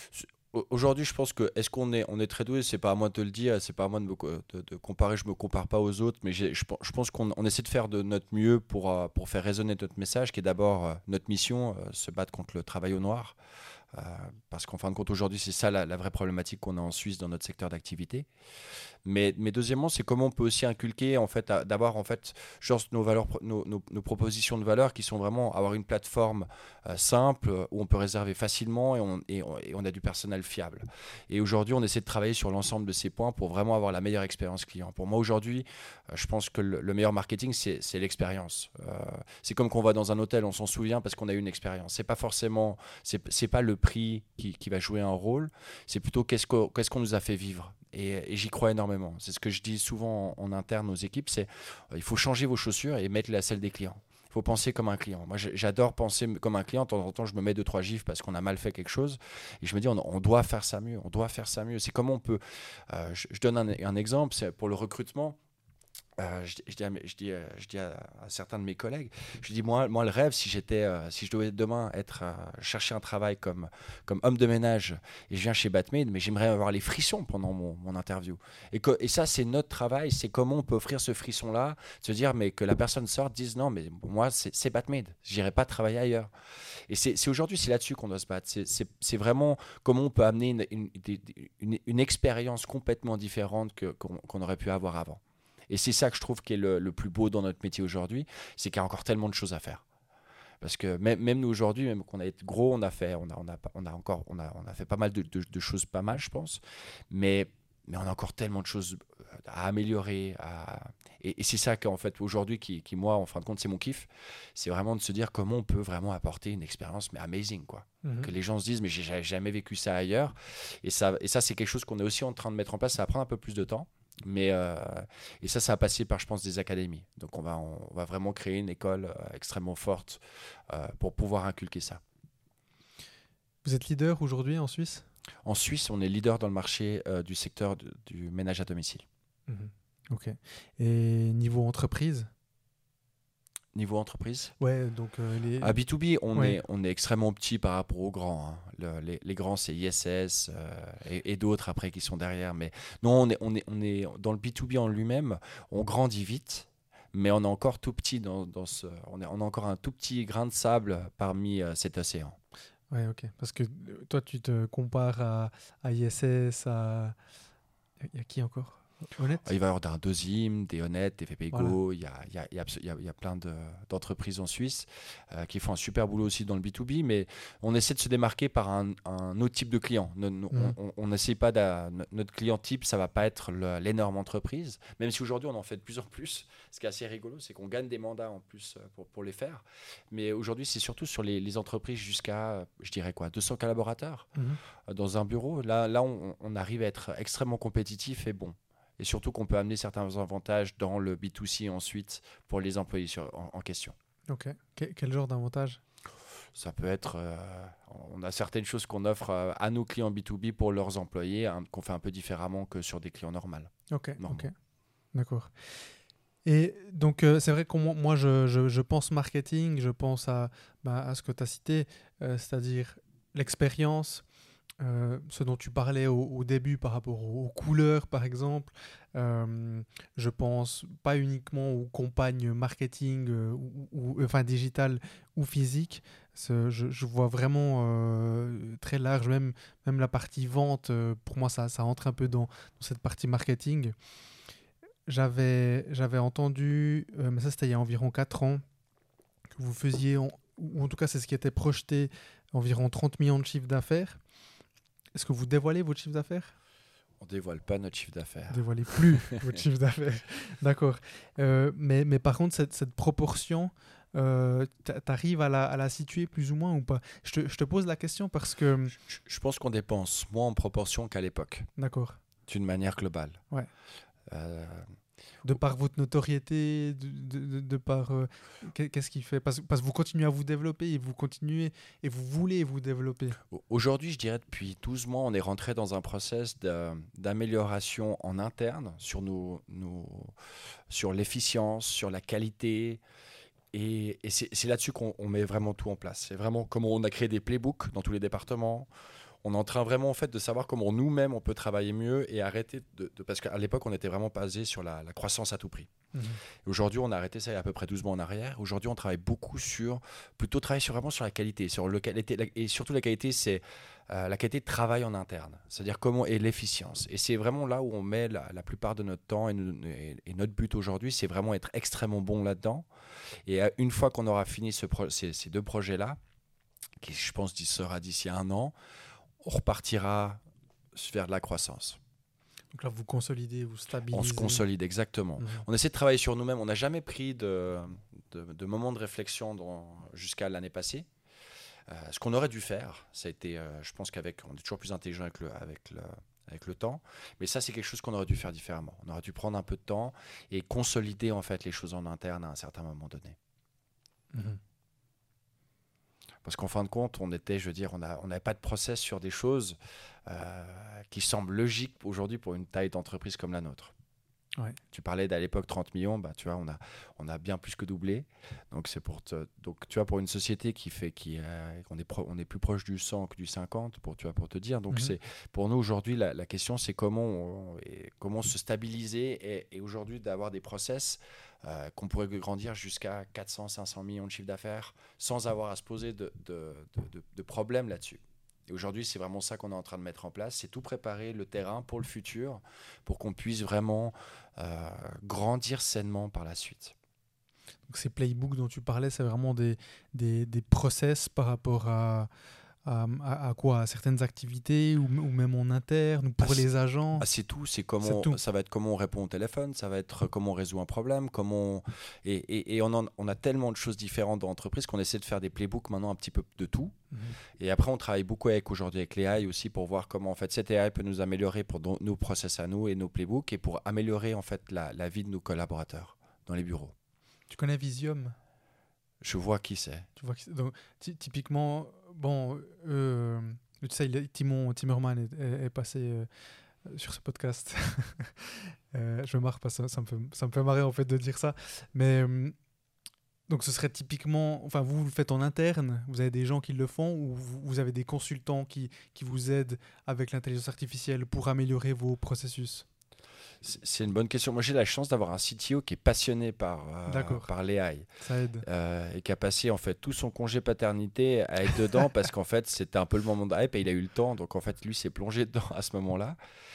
Aujourd'hui, je pense que est-ce qu'on est, on est très doué, c'est pas à moi de te le dire, c'est pas à moi de, me, co- de, de comparer, je me compare pas aux autres, mais j'ai- je, pen- je pense qu'on on essaie de faire de notre mieux pour, euh, pour faire résonner notre message, qui est d'abord euh, notre mission, euh, se battre contre le travail au noir. Euh, Parce qu'en fin de compte, aujourd'hui, c'est ça la, la vraie problématique qu'on a en Suisse dans notre secteur d'activité. Mais, mais deuxièmement, c'est comment on peut aussi inculquer, en fait, à- d'avoir en fait, genre, nos, valeurs, pro- nos, nos- nos propositions de valeur qui sont vraiment avoir une plateforme euh, simple euh, où on peut réserver facilement et on, et on- et on a du personnel fiable. Et aujourd'hui, on essaie de travailler sur l'ensemble de ces points pour vraiment avoir la meilleure expérience client. Pour moi, aujourd'hui, euh, je pense que le, le meilleur marketing, c'est c'est l'expérience. Euh, c'est comme qu'on va dans un hôtel, on s'en souvient parce qu'on a eu une expérience. C'est pas forcément, c'est c'est pas le prix qui, qui va jouer un rôle, c'est plutôt qu'est-ce qu'on qu'est-ce qu'on nous a fait vivre. Et, et j'y crois énormément. C'est ce que je dis souvent en, en interne aux équipes, c'est euh, il faut changer vos chaussures et mettre la selle des clients. Il faut penser comme un client. Moi, j'ai- j'adore penser m- comme un client. De temps en temps, je me mets deux, trois gifs parce qu'on a mal fait quelque chose. Et je me dis, on, on doit faire ça mieux. On doit faire ça mieux. C'est comment on peut. Euh, je, je donne un, un exemple, c'est pour le recrutement. Euh, je, je dis, à, mes- je dis, euh, je dis à, à certains de mes collègues, je dis moi, moi le rêve, si j'étais, euh, si je devais demain être euh, chercher un travail comme comme homme de ménage et je viens chez Batmaid, mais j'aimerais avoir les frissons pendant mon, mon interview. Et, que, et ça, c'est notre travail, c'est comment on peut offrir ce frisson-là, se dire mais que la personne sorte, dise non, mais moi c'est c'est Batmaid, j'irai pas travailler ailleurs. Et c'est c'est aujourd'hui, c'est là-dessus qu'on doit se battre. C'est c'est- c'est vraiment comment on peut amener une, une, des- une- une expérience complètement différente que qu'on qu'on aurait pu avoir avant. Et c'est ça que je trouve qui est le, le plus beau dans notre métier aujourd'hui, c'est qu'il y a encore tellement de choses à faire. Parce que même, même nous aujourd'hui, même qu'on a été gros, on a fait, on a, on a, on a encore, on a, on a fait pas mal de, de- de choses, pas mal, je pense. Mais, mais on a encore tellement de choses à améliorer. À... Et, et c'est ça qu'en fait aujourd'hui, qui, qui moi, en fin de compte, c'est mon kiff. C'est vraiment de se dire comment on peut vraiment apporter une expérience, mais amazing, quoi. Mhm. Que les gens se disent, mais j'ai j'ai jamais vécu ça ailleurs. Et ça, et ça c'est quelque chose qu'on est aussi en train de mettre en place. Ça va prendre un peu plus de temps. Mais euh, et ça, ça a passé par, je pense, des académies. Donc, on va, on va vraiment créer une école euh, extrêmement forte euh, pour pouvoir inculquer ça. Vous êtes leader aujourd'hui en Suisse? En Suisse, on est leader dans le marché euh, du secteur de- du ménage à domicile. Mhm. Ok. Et niveau entreprise? Niveau entreprise, Ouais, donc euh, les. à B deux B, on, Ouais. est, on est extrêmement petit par rapport aux grands. Hein. Le- les, les grands, c'est I S S euh, et, et d'autres après qui sont derrière. Mais non, on est, on est, on est dans le B deux B en lui-même, on grandit vite. Mais on est encore tout petit dans, dans ce, on est, on a encore un tout petit grain de sable parmi euh, cet océan. Ouais, ok. Parce que euh, toi, tu te compares à, à I S S, à. Il y a qui encore? Honnête? Il va y avoir un deuxième, des Honnêtes, des Voilà. VPGO, il y a, il y, a, il y, a, abso- il y a- il y a plein de- d'entreprises en Suisse euh, qui font un super boulot aussi dans le B deux B, mais on essaie de se démarquer par un, un autre type de client. No- no- Mhm. On on n'essaie pas d'a- no- notre client type, ça va pas être le- l'énorme entreprise, même si aujourd'hui on en fait de plus en plus. Ce qui est assez rigolo, c'est qu'on gagne des mandats en plus euh, pour, pour les faire. Mais aujourd'hui, c'est surtout sur les, les entreprises jusqu'à, euh, je dirais quoi, deux cents collaborateurs Mhm. euh, dans un bureau. Là, là on, on arrive à être extrêmement compétitif et bon. Et surtout qu'on peut amener certains avantages dans le B deux C ensuite pour les employés sur- en, en question. Ok. Que- quel genre d'avantage? Ça peut être, euh, on a certaines choses qu'on offre euh, à nos clients B deux B pour leurs employés, hein, qu'on fait un peu différemment que sur des clients normaux. Ok. Normaux. Ok. D'accord. Et donc, euh, c'est vrai que moi, moi, je, je- je pense marketing, je pense à, bah, à ce que tu as cité, euh, c'est-à-dire l'expérience, euh, ce dont tu parlais au, au début par rapport aux, aux couleurs, par exemple. Euh, je pense pas uniquement aux campagnes marketing, euh, ou, ou- enfin digital ou physique. Ce- je, je vois vraiment euh, très large, même, même la partie vente, euh, pour moi, ça, ça entre un peu dans, dans cette partie marketing. J'avais, j'avais entendu, euh, mais ça c'était il y a environ quatre ans, que vous faisiez, en- ou en tout cas c'est ce qui était projeté, environ trente millions de chiffre d'affaires. Est-ce que vous dévoilez votre chiffre d'affaires? On dévoile pas notre chiffre d'affaires. Dévoilez plus votre chiffre d'affaires. D'accord. Euh, mais, mais par contre, cette, cette proportion, euh, t'a- t'arrives à la, à la situer plus ou moins ou pas? Je te, je te pose la question parce que... Je, je pense qu'on dépense moins en proportion qu'à l'époque, D'accord. d'une manière globale. Ouais. Euh, De par votre notoriété, de, de, de- de par... euh, qu'est- qu'est-ce qui fait parce, parce que vous continuez à vous développer et vous continuez et vous voulez vous développer. Au- Aujourd'hui, je dirais depuis douze mois, on est rentré dans un process de- d'amélioration en interne sur, nos, nos- sur l'efficience, sur la qualité. Et, et c'est c'est là-dessus qu'on on met vraiment tout en place. C'est vraiment comment on a créé des playbooks dans tous les départements. on est en train vraiment en fait de savoir comment nous-mêmes on peut travailler mieux et arrêter de, de parce qu'à l'époque on était vraiment basé sur la, la croissance à tout prix. Mhm. Et aujourd'hui on a arrêté ça il y a à peu près douze mois en arrière. Aujourd'hui on travaille beaucoup sur plutôt travailler sur vraiment sur la qualité, sur le qualité la- et surtout la qualité c'est euh, la qualité de travail en interne, c'est-à-dire comment et l'efficience. Et c'est vraiment là où on met la, la plupart de notre temps et, nous- et- et notre but aujourd'hui, c'est vraiment être extrêmement bon là-dedans. Et euh, une fois qu'on aura fini ce pro- ces, ces deux projets-là, qui je pense d'ici- sera d'ici un an, on repartira vers de la croissance. Donc là, vous consolidez, vous On stabilisez. se consolide exactement. Mhm. On essaie de travailler sur nous-mêmes. On n'a jamais pris de, de, de moment de réflexion dans- jusqu'à l'année passée. Euh, ce qu'on aurait dû faire, ça a été, euh, je pense qu'avec, on est toujours plus intelligent avec le, avec le, avec le temps, mais ça c'est quelque chose qu'on aurait dû faire différemment. On aurait dû prendre un peu de temps et consolider en fait les choses en interne à un certain moment donné. Mhm. Parce qu'en fin de compte, on était, je veux dire, on a- on n'avait pas de process sur des choses euh, qui semblent logiques aujourd'hui pour une taille d'entreprise comme la nôtre. Ouais. Tu parlais d'à l'époque trente millions, bah, tu vois, on a, on a bien plus que doublé. Donc, c'est pour te, donc, tu vois, pour une société qui fait, qui, euh, on, est pro- on est plus proche du cent que du cinquante, pour, tu vois, pour te dire. Donc, Mhm. c'est, pour nous, aujourd'hui, la, la question, c'est comment, on- et comment se stabiliser et, et aujourd'hui d'avoir des process euh, qu'on pourrait grandir jusqu'à quatre cents, cinq cents millions de chiffre d'affaires sans avoir à se poser de, de, de, de- de problèmes là-dessus. Et aujourd'hui, c'est vraiment ça qu'on est en train de mettre en place, c'est tout préparer le terrain pour le futur, pour qu'on puisse vraiment euh, grandir sainement par la suite. Donc ces playbooks dont tu parlais, c'est vraiment des, des, des process par rapport à, à, à- à quoi? À certaines activités ou, ou même en interne ou pour Ah, c'est- les agents? Ah, c'est tout, c'est C'est comment tout. ça va être comment on répond au téléphone, ça va être comment on résout un problème, comment on- et, et, et on, en- on a tellement de choses différentes dans l'entreprise qu'on essaie de faire des playbooks maintenant un petit peu de tout. Mhm. Et après, on travaille beaucoup avec aujourd'hui avec l'A I aussi pour voir comment en fait cette A I peut nous améliorer pour don- nos process à nous et nos playbooks et pour améliorer en fait la, la vie de nos collaborateurs dans les bureaux. Tu connais Visium? Je vois qui c'est. Tu vois que c'est- donc, ty- typiquement, bon, euh, tu sais, il est- Timon Timmerman est, est- est passé euh, sur ce podcast. Euh, je me marre parce que ça, ça me fait, ça me fait marrer en fait de dire ça. Mais euh, donc ce serait typiquement, enfin vous, vous le faites en interne, vous avez des gens qui le font ou vous, vous avez des consultants qui, qui vous aident avec l'intelligence artificielle pour améliorer vos processus? C'est c'est une bonne question. Moi, j'ai la chance d'avoir un C T O qui est passionné par, euh, D'accord. par l'A I Ça aide. euh, et qui a passé en fait tout son congé paternité à être dedans parce qu'en fait c'était un peu le moment de hype et il a eu le temps. Donc en fait lui s'est plongé dedans à ce moment-là.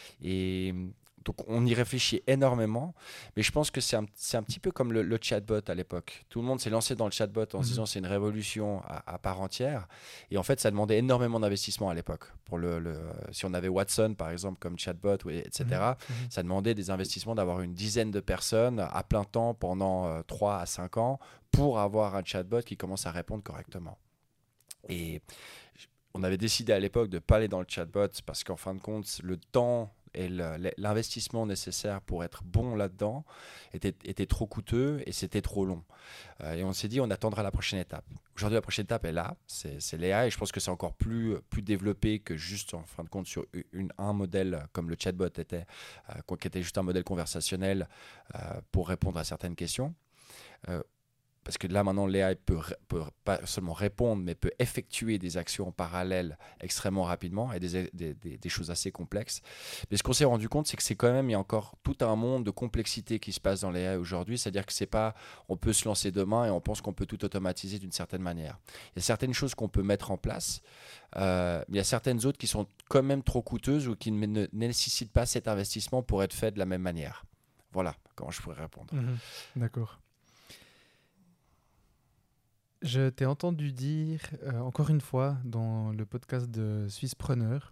Et donc on y réfléchit énormément. Mais je pense que c'est un, c'est un petit peu comme le, le chatbot à l'époque. Tout le monde s'est lancé dans le chatbot en se Mhm. disant c'est une révolution à, à part entière. Et en fait ça demandait énormément d'investissement à l'époque. Pour le, le- si on avait Watson par exemple comme chatbot, ou- et cetera. Mhm. Mhm. Ça demandait des investissements d'avoir une dizaine de personnes à plein temps pendant euh, trois à cinq ans pour avoir un chatbot qui commence à répondre correctement. Et j- on avait décidé à l'époque de ne pas aller dans le chatbot parce qu'en fin de compte, le temps et le- l'investissement nécessaire pour être bon là-dedans était, était trop coûteux et c'était trop long. Euh, et on s'est dit, on attendra la prochaine étape. Aujourd'hui, la prochaine étape est là, c'est c'est l'A I et je pense que c'est encore plus, plus développé que juste en fin de compte sur une, un modèle comme le chatbot était, euh, quoi, qui était juste un modèle conversationnel euh, pour répondre à certaines questions. Euh, Parce que là, maintenant, l'A I peut, ré- peut pas seulement répondre, mais peut effectuer des actions en parallèle extrêmement rapidement et des, des, des- des choses assez complexes. Mais ce qu'on s'est rendu compte, c'est que c'est quand même, il y a encore tout un monde de complexité qui se passe dans l'A I aujourd'hui. C'est-à-dire que c'est pas, on peut se lancer demain et on pense qu'on peut tout automatiser d'une certaine manière. Il y a certaines choses qu'on peut mettre en place, euh, mais il y a certaines autres qui sont quand même trop coûteuses ou qui ne, ne nécessitent pas cet investissement pour être fait de la même manière. Voilà comment je pourrais répondre. Mhm. D'accord. Je t'ai entendu dire, euh, encore une fois, dans le podcast de Swisspreneur,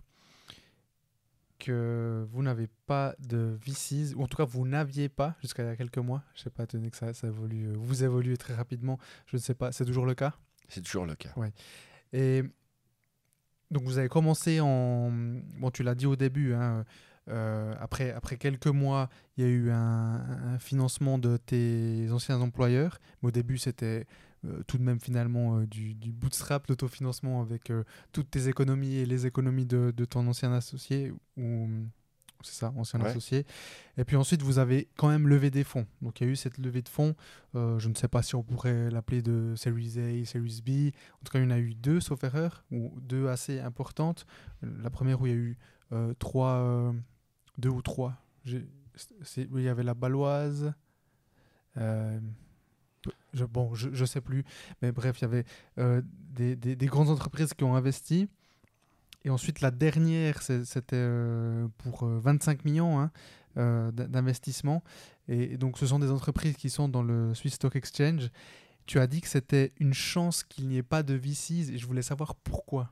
que vous n'avez pas de V Cs, ou en tout cas vous n'aviez pas jusqu'à il y a quelques mois. Je ne sais pas, tenez que ça, ça évolue, euh, vous évoluez très rapidement, je ne sais pas, c'est toujours le cas? C'est toujours le cas. Et donc vous avez commencé en... Bon, tu l'as dit au début, hein, euh, après, après quelques mois, il y a eu un, un financement de tes anciens employeurs. Mais au début, c'était euh, tout de même finalement euh, du, du bootstrap, l'autofinancement avec euh, toutes tes économies et les économies de, de ton ancien associé ou c'est ça, ancien Ouais. associé. Et puis ensuite, vous avez quand même levé des fonds. Donc il y a eu cette levée de fonds. Euh, je ne sais pas si on pourrait l'appeler de Series A, Series B. En tout cas, il y en a eu deux, sauf erreur, ou deux assez importantes. La première où il y a eu euh, trois, euh, deux ou trois. J'ai- c'est- oui, il y avait la Baloise. Euh, je, bon, je ne sais plus. Mais bref, il y avait euh, des, des- des grandes entreprises qui ont investi. Et ensuite, la dernière, c'est- c'était euh, pour euh, vingt-cinq millions hein, euh, d- d'investissement. Et, et donc, ce sont des entreprises qui sont dans le Swiss Stock Exchange. Tu as dit que c'était une chance qu'il n'y ait pas de V Cs et je voulais savoir pourquoi.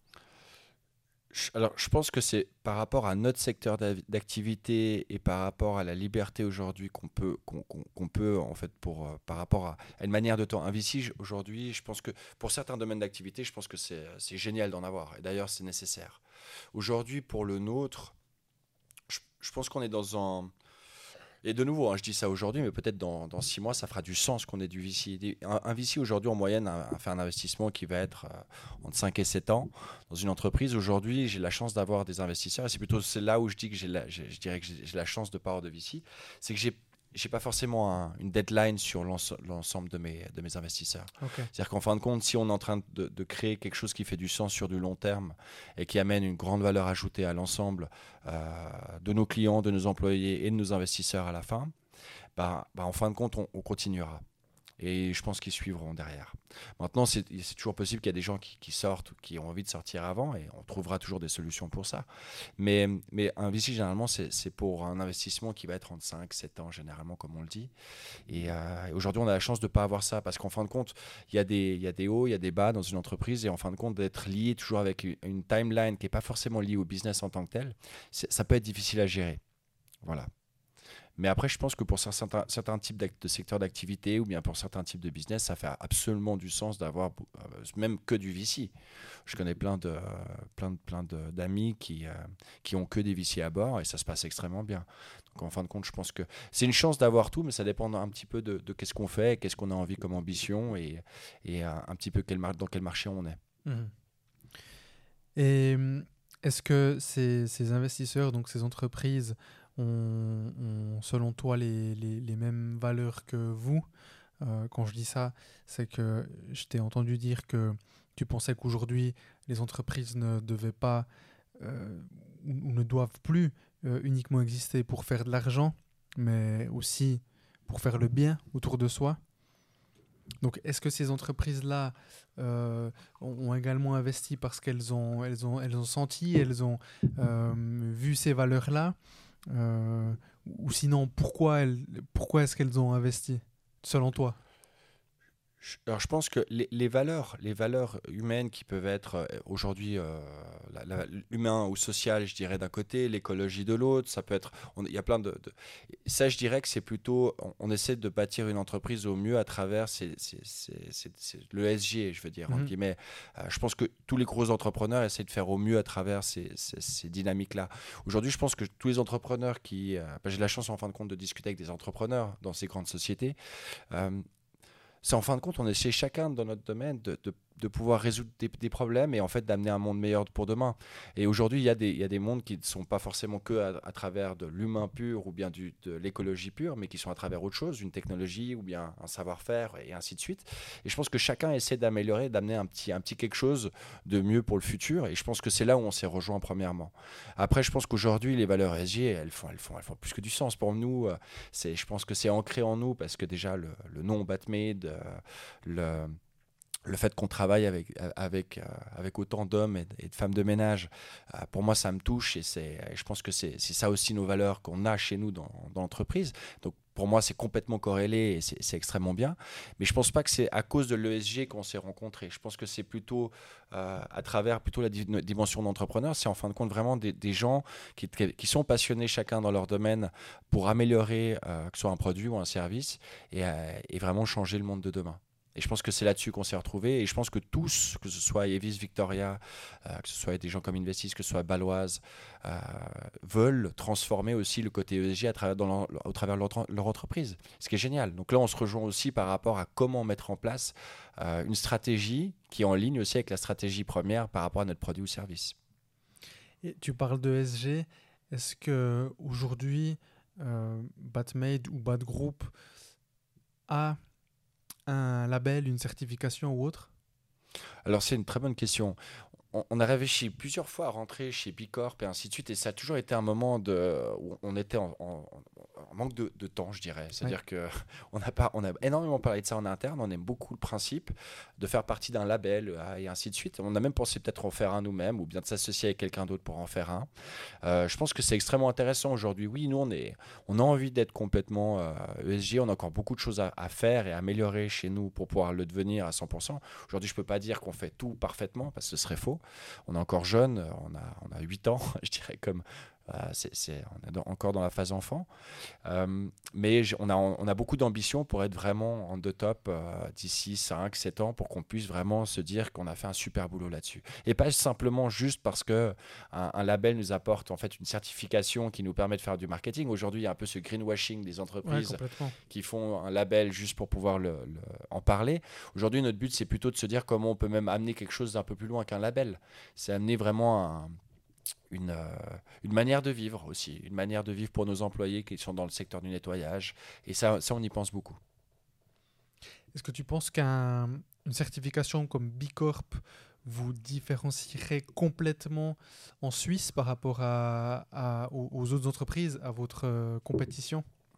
Je- Alors, je pense que c'est par rapport à notre secteur d'av- d'activité et par rapport à la liberté aujourd'hui qu'on peut, qu'on, qu'on- qu'on peut en fait, pour, euh, par rapport à, à une manière de temps. Un V C j- aujourd'hui, je pense que pour certains domaines d'activité, je pense que c'est, c'est génial d'en avoir. Et d'ailleurs, c'est nécessaire. Aujourd'hui, pour le nôtre, je, je pense qu'on est dans un. Et de nouveau, hein, je dis ça aujourd'hui, mais peut-être dans, dans six mois, ça fera du sens qu'on ait du V C. Des- Un, un V C aujourd'hui, en moyenne, a, a fait un investissement qui va être euh, entre cinq et sept ans dans une entreprise. Aujourd'hui, j'ai la chance d'avoir des investisseurs, et c'est plutôt c'est là où je dis que j'ai la, j'ai- je dirais que j'ai j'ai la chance de pas avoir de V C. C'est que j'ai j'ai pas forcément un- une deadline sur l'ense- l'ensemble de mes, de mes investisseurs. Ok. C'est-à-dire qu'en fin de compte, si on est en train de, de créer quelque chose qui fait du sens sur du long terme et qui amène une grande valeur ajoutée à l'ensemble euh, de nos clients, de nos employés et de nos investisseurs à la fin, bah, bah, en fin de compte, on, on continuera. Et je pense qu'ils suivront derrière. Maintenant, c'est c'est toujours possible qu'il y a des gens qui, qui sortent ou qui ont envie de sortir avant et on trouvera toujours des solutions pour ça. Mais, mais un V C, généralement, c'est c'est pour un investissement qui va être entre cinq et sept ans, généralement, comme on le dit. Et euh, aujourd'hui, on a la chance de ne pas avoir ça parce qu'en fin de compte, il y, a des- il y a des hauts, il y a des bas dans une entreprise et en fin de compte, d'être lié toujours avec une, une timeline qui n'est pas forcément liée au business en tant que tel, c'est- ça peut être difficile à gérer. Voilà. Mais après, je pense que pour certains, certains types d'act- de secteurs d'activité ou bien pour certains types de business, ça fait absolument du sens d'avoir euh, même que du V C. Je connais plein de, euh, plein de, plein de- d'amis qui, euh, qui ont que des V C à bord et ça se passe extrêmement bien. Donc en fin de compte, je pense que c'est une chance d'avoir tout, mais ça dépend un petit peu de, de qu'est-ce qu'on fait, qu'est-ce qu'on a envie comme ambition et, et euh, un petit peu quel mar- dans quel marché on est. Mhm. Et hum, est-ce que ces, ces investisseurs, donc ces entreprises, ont, ont, selon toi les, les, les mêmes valeurs que vous? Euh, quand je dis ça, c'est que je t'ai entendu dire que tu pensais qu'aujourd'hui, les entreprises ne devaient pas euh, ou, ou ne doivent plus euh, uniquement exister pour faire de l'argent, mais aussi pour faire le bien autour de soi. Donc, est-ce que ces entreprises-là euh, ont, ont également investi parce qu'elles ont, elles ont, elles ont senti, elles ont euh, vu ces valeurs-là euh, ou sinon, pourquoi, elles, pourquoi est-ce qu'elles ont investi, selon toi? Je- Alors, je pense que les, les valeurs, les valeurs humaines qui peuvent être euh, aujourd'hui euh, la- la- l'humain ou social, je dirais d'un côté, l'écologie de l'autre, ça peut être, on- il y a plein de, de- ça, je dirais que c'est plutôt, on, on essaie de bâtir une entreprise au mieux à travers ces- ces- ces- ces- ces- le S G, je veux dire, entre Mhm. guillemets. Euh, je pense que tous les gros entrepreneurs essaient de faire au mieux à travers ces, ces- ces dynamiques-là. Aujourd'hui, je pense que tous les entrepreneurs qui, euh, bah, j'ai la chance en fin de compte de discuter avec des entrepreneurs dans ces grandes sociétés. euh, c'est en fin de compte, on essaie chacun dans notre domaine de, de- de pouvoir résoudre des, des problèmes et en fait d'amener un monde meilleur pour demain. Et aujourd'hui, il y a des, il y a des mondes qui ne sont pas forcément que à, à travers de l'humain pur ou bien du, de l'écologie pure, mais qui sont à travers autre chose, une technologie ou bien un savoir-faire et ainsi de suite. Et je pense que chacun essaie d'améliorer, d'amener un petit, un petit quelque chose de mieux pour le futur. Et je pense que c'est là où on s'est rejoint premièrement. Après, je pense qu'aujourd'hui, les valeurs S G, elles font, elles font, elles font plus que du sens pour nous. Euh, C'est, je pense que c'est ancré en nous parce que déjà le, le nom Batmade, euh, le, le fait qu'on travaille avec, avec, euh, avec autant d'hommes et, et de femmes de ménage, euh, pour moi, ça me touche et, c'est, et je pense que c'est, c'est ça aussi nos valeurs qu'on a chez nous dans, dans l'entreprise. Donc, pour moi, c'est complètement corrélé et c'est, c'est extrêmement bien. Mais je ne pense pas que c'est à cause de l'E S G qu'on s'est rencontrés. Je pense que c'est plutôt euh, à travers plutôt la di- dimension d'entrepreneur. C'est en fin de compte vraiment des, des gens qui, qui sont passionnés chacun dans leur domaine pour améliorer, euh, que ce soit un produit ou un service, et, euh, et vraiment changer le monde de demain. Et je pense que c'est là-dessus qu'on s'est retrouvés. Et je pense que tous, que ce soit Evis, Victoria, euh, que ce soit des gens comme Investis, que ce soit Baloise, euh, veulent transformer aussi le côté E S G à travers, dans leur, au travers de leur, leur entreprise. Ce qui est génial. Donc là, on se rejoint aussi par rapport à comment mettre en place euh, une stratégie qui est en ligne aussi avec la stratégie première par rapport à notre produit ou service. Et tu parles de E S G. est-ce qu'aujourd'hui, euh, Batmade ou Bad Group a un label, une certification ou autre? Alors, c'est une très bonne question. On, on a réfléchi plusieurs fois à rentrer chez Bicorp et ainsi de suite, et ça a toujours été un moment de, où on était en, en- en manque de, de temps, je dirais. C'est-à-dire que on a pas, on a énormément parlé de ça en interne. On aime beaucoup le principe de faire partie d'un label euh, et ainsi de suite. On a même pensé peut-être en faire un nous-mêmes ou bien de s'associer avec quelqu'un d'autre pour en faire un. Euh, je pense que c'est extrêmement intéressant aujourd'hui. Oui, nous, on, est, on a envie d'être complètement euh, E S G. On a encore beaucoup de choses à, à faire et à améliorer chez nous pour pouvoir le devenir à cent pour cent. Aujourd'hui, je ne peux pas dire qu'on fait tout parfaitement parce que ce serait faux. On est encore jeune, on a, on a huit ans, je dirais, comme euh, c'est, c'est, on est dans- encore dans la phase enfant. Euh, mais j- on a, on a beaucoup d'ambition pour être vraiment en deux top euh, d'ici cinq sept ans pour qu'on puisse vraiment se dire qu'on a fait un super boulot là-dessus. Et pas simplement juste parce que un, un label nous apporte en fait une certification qui nous permet de faire du marketing. Aujourd'hui, il y a un peu ce greenwashing des Ouais, entreprises complètement. qui font un label juste pour pouvoir le, le- en parler. Aujourd'hui, notre but, c'est plutôt de se dire comment on peut même amener quelque chose d'un peu plus loin qu'un label. C'est amener vraiment un- une, euh, une manière de vivre aussi, une manière de vivre pour nos employés qui sont dans le secteur du nettoyage. Et ça, ça on y pense beaucoup. Est-ce que tu penses qu'une certification comme B Corp vous différencierait complètement en Suisse par rapport à, à- aux, aux autres entreprises, à votre euh, compétition?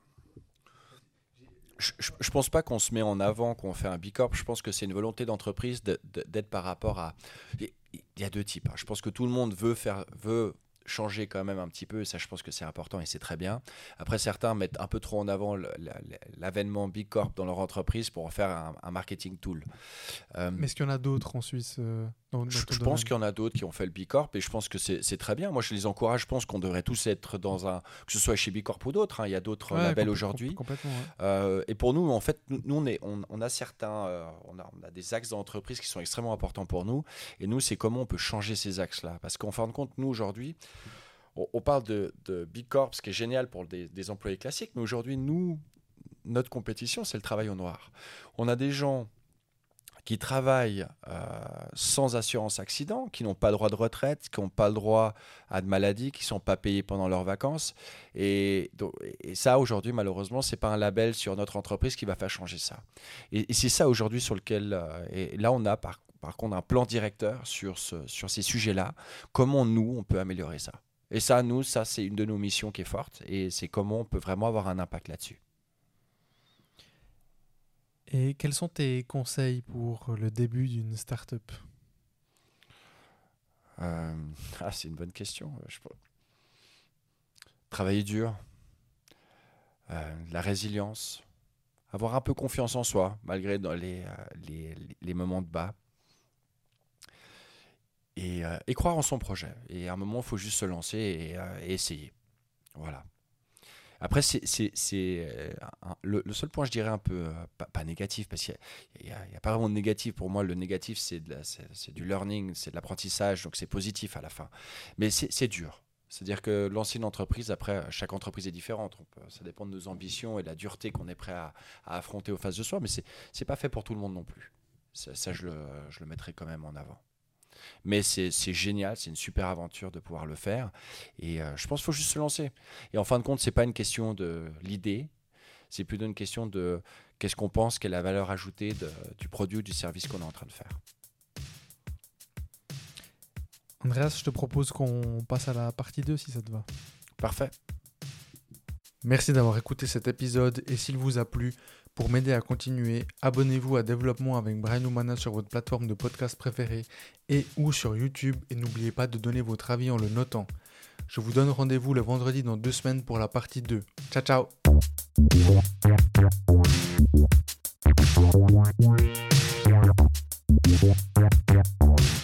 Je ne pense pas qu'on se met en avant, qu'on fait un Bicorp. Je pense que c'est une volonté d'entreprise de- de- d'être par rapport à... Il il y a deux types, hein. Je pense que tout le monde veut faire, veut changer quand même un petit peu. Et ça, je pense que c'est important et c'est très bien. Après, certains mettent un peu trop en avant le- la- la- l'avènement Bicorp dans leur entreprise pour en faire un, un marketing tool. Euh, Mais est-ce qu'il y en a d'autres en Suisse euh, dans, dans Je, ton je pense domaine? qu'il y en a d'autres qui ont fait le Bicorp et je pense que c'est c'est très bien. Moi, je les encourage. Je pense qu'on devrait tous être dans un, que ce soit chez Bicorp ou d'autres, hein. Il y a d'autres Ouais, labels complè- aujourd'hui. com- complètement. Ouais. Euh, et pour nous, en fait, nous, nous, on, est, on, on a certains, euh, on, a, on a des axes d'entreprise qui sont extrêmement importants pour nous. Et nous, c'est comment on peut changer ces axes-là. Parce qu'en fin de compte, nous, aujourd'hui, on, on parle de, de Bicorp, ce qui est génial pour des, des employés classiques. Mais aujourd'hui, nous, notre compétition, c'est le travail au noir. On a des gens qui travaillent euh, sans assurance accident, qui n'ont pas le droit de retraite, qui n'ont pas le droit à de maladie, qui ne sont pas payés pendant leurs vacances. Et, donc- et ça, aujourd'hui, malheureusement, ce n'est pas un label sur notre entreprise qui va faire changer ça. Et, et c'est ça aujourd'hui sur lequel... euh, et là, on a par, par contre un plan directeur sur, ce, sur ces sujets-là. Comment nous, on peut améliorer ça? Et ça, nous, ça, c'est une de nos missions qui est forte. Et c'est comment on peut vraiment avoir un impact là-dessus. Et quels sont tes conseils pour le début d'une start-up? Euh, ah, c'est une bonne question. Je... Travailler dur, euh, la résilience, avoir un peu confiance en soi, malgré dans les, euh, les, les moments de bas. Et, euh, et croire en son projet. Et à un moment, il faut juste se lancer et, euh, et essayer. Voilà. Après, c'est, c'est, c'est, euh, un- le, le seul point, je dirais, un peu, euh, pas, pas négatif, parce qu'il n'y a, il y a pas vraiment de négatif. Pour moi, le négatif, c'est, de la- c'est, c'est du learning, c'est de l'apprentissage, donc c'est positif à la fin. Mais c'est, c'est dur. C'est-à-dire que lancer une entreprise, après, chaque entreprise est différente. On peut- ça dépend de nos ambitions et de la dureté qu'on est prêt à, à affronter au face de soi, mais c'est, c'est pas fait pour tout le monde non plus. Ça, ça, je, le, je le mettrai quand même en avant. Mais c'est c'est génial, c'est une super aventure de pouvoir le faire. Et euh, je pense qu'il faut juste se lancer. Et en fin de compte, c'est pas une question de l'idée, c'est plutôt une question de qu'est-ce qu'on pense, quelle est la valeur ajoutée de- du produit ou du service qu'on est en train de faire. Andreas, je te propose qu'on passe à la partie deux si ça te va. Parfait. Merci d'avoir écouté cet épisode et s'il vous a plu, pour m'aider à continuer, abonnez-vous à Développement avec Brian Oumana sur votre plateforme de podcast préférée et ou sur YouTube et n'oubliez pas de donner votre avis en le notant. Je vous donne rendez-vous le vendredi dans deux semaines pour la partie deux. Ciao ciao! Yeah.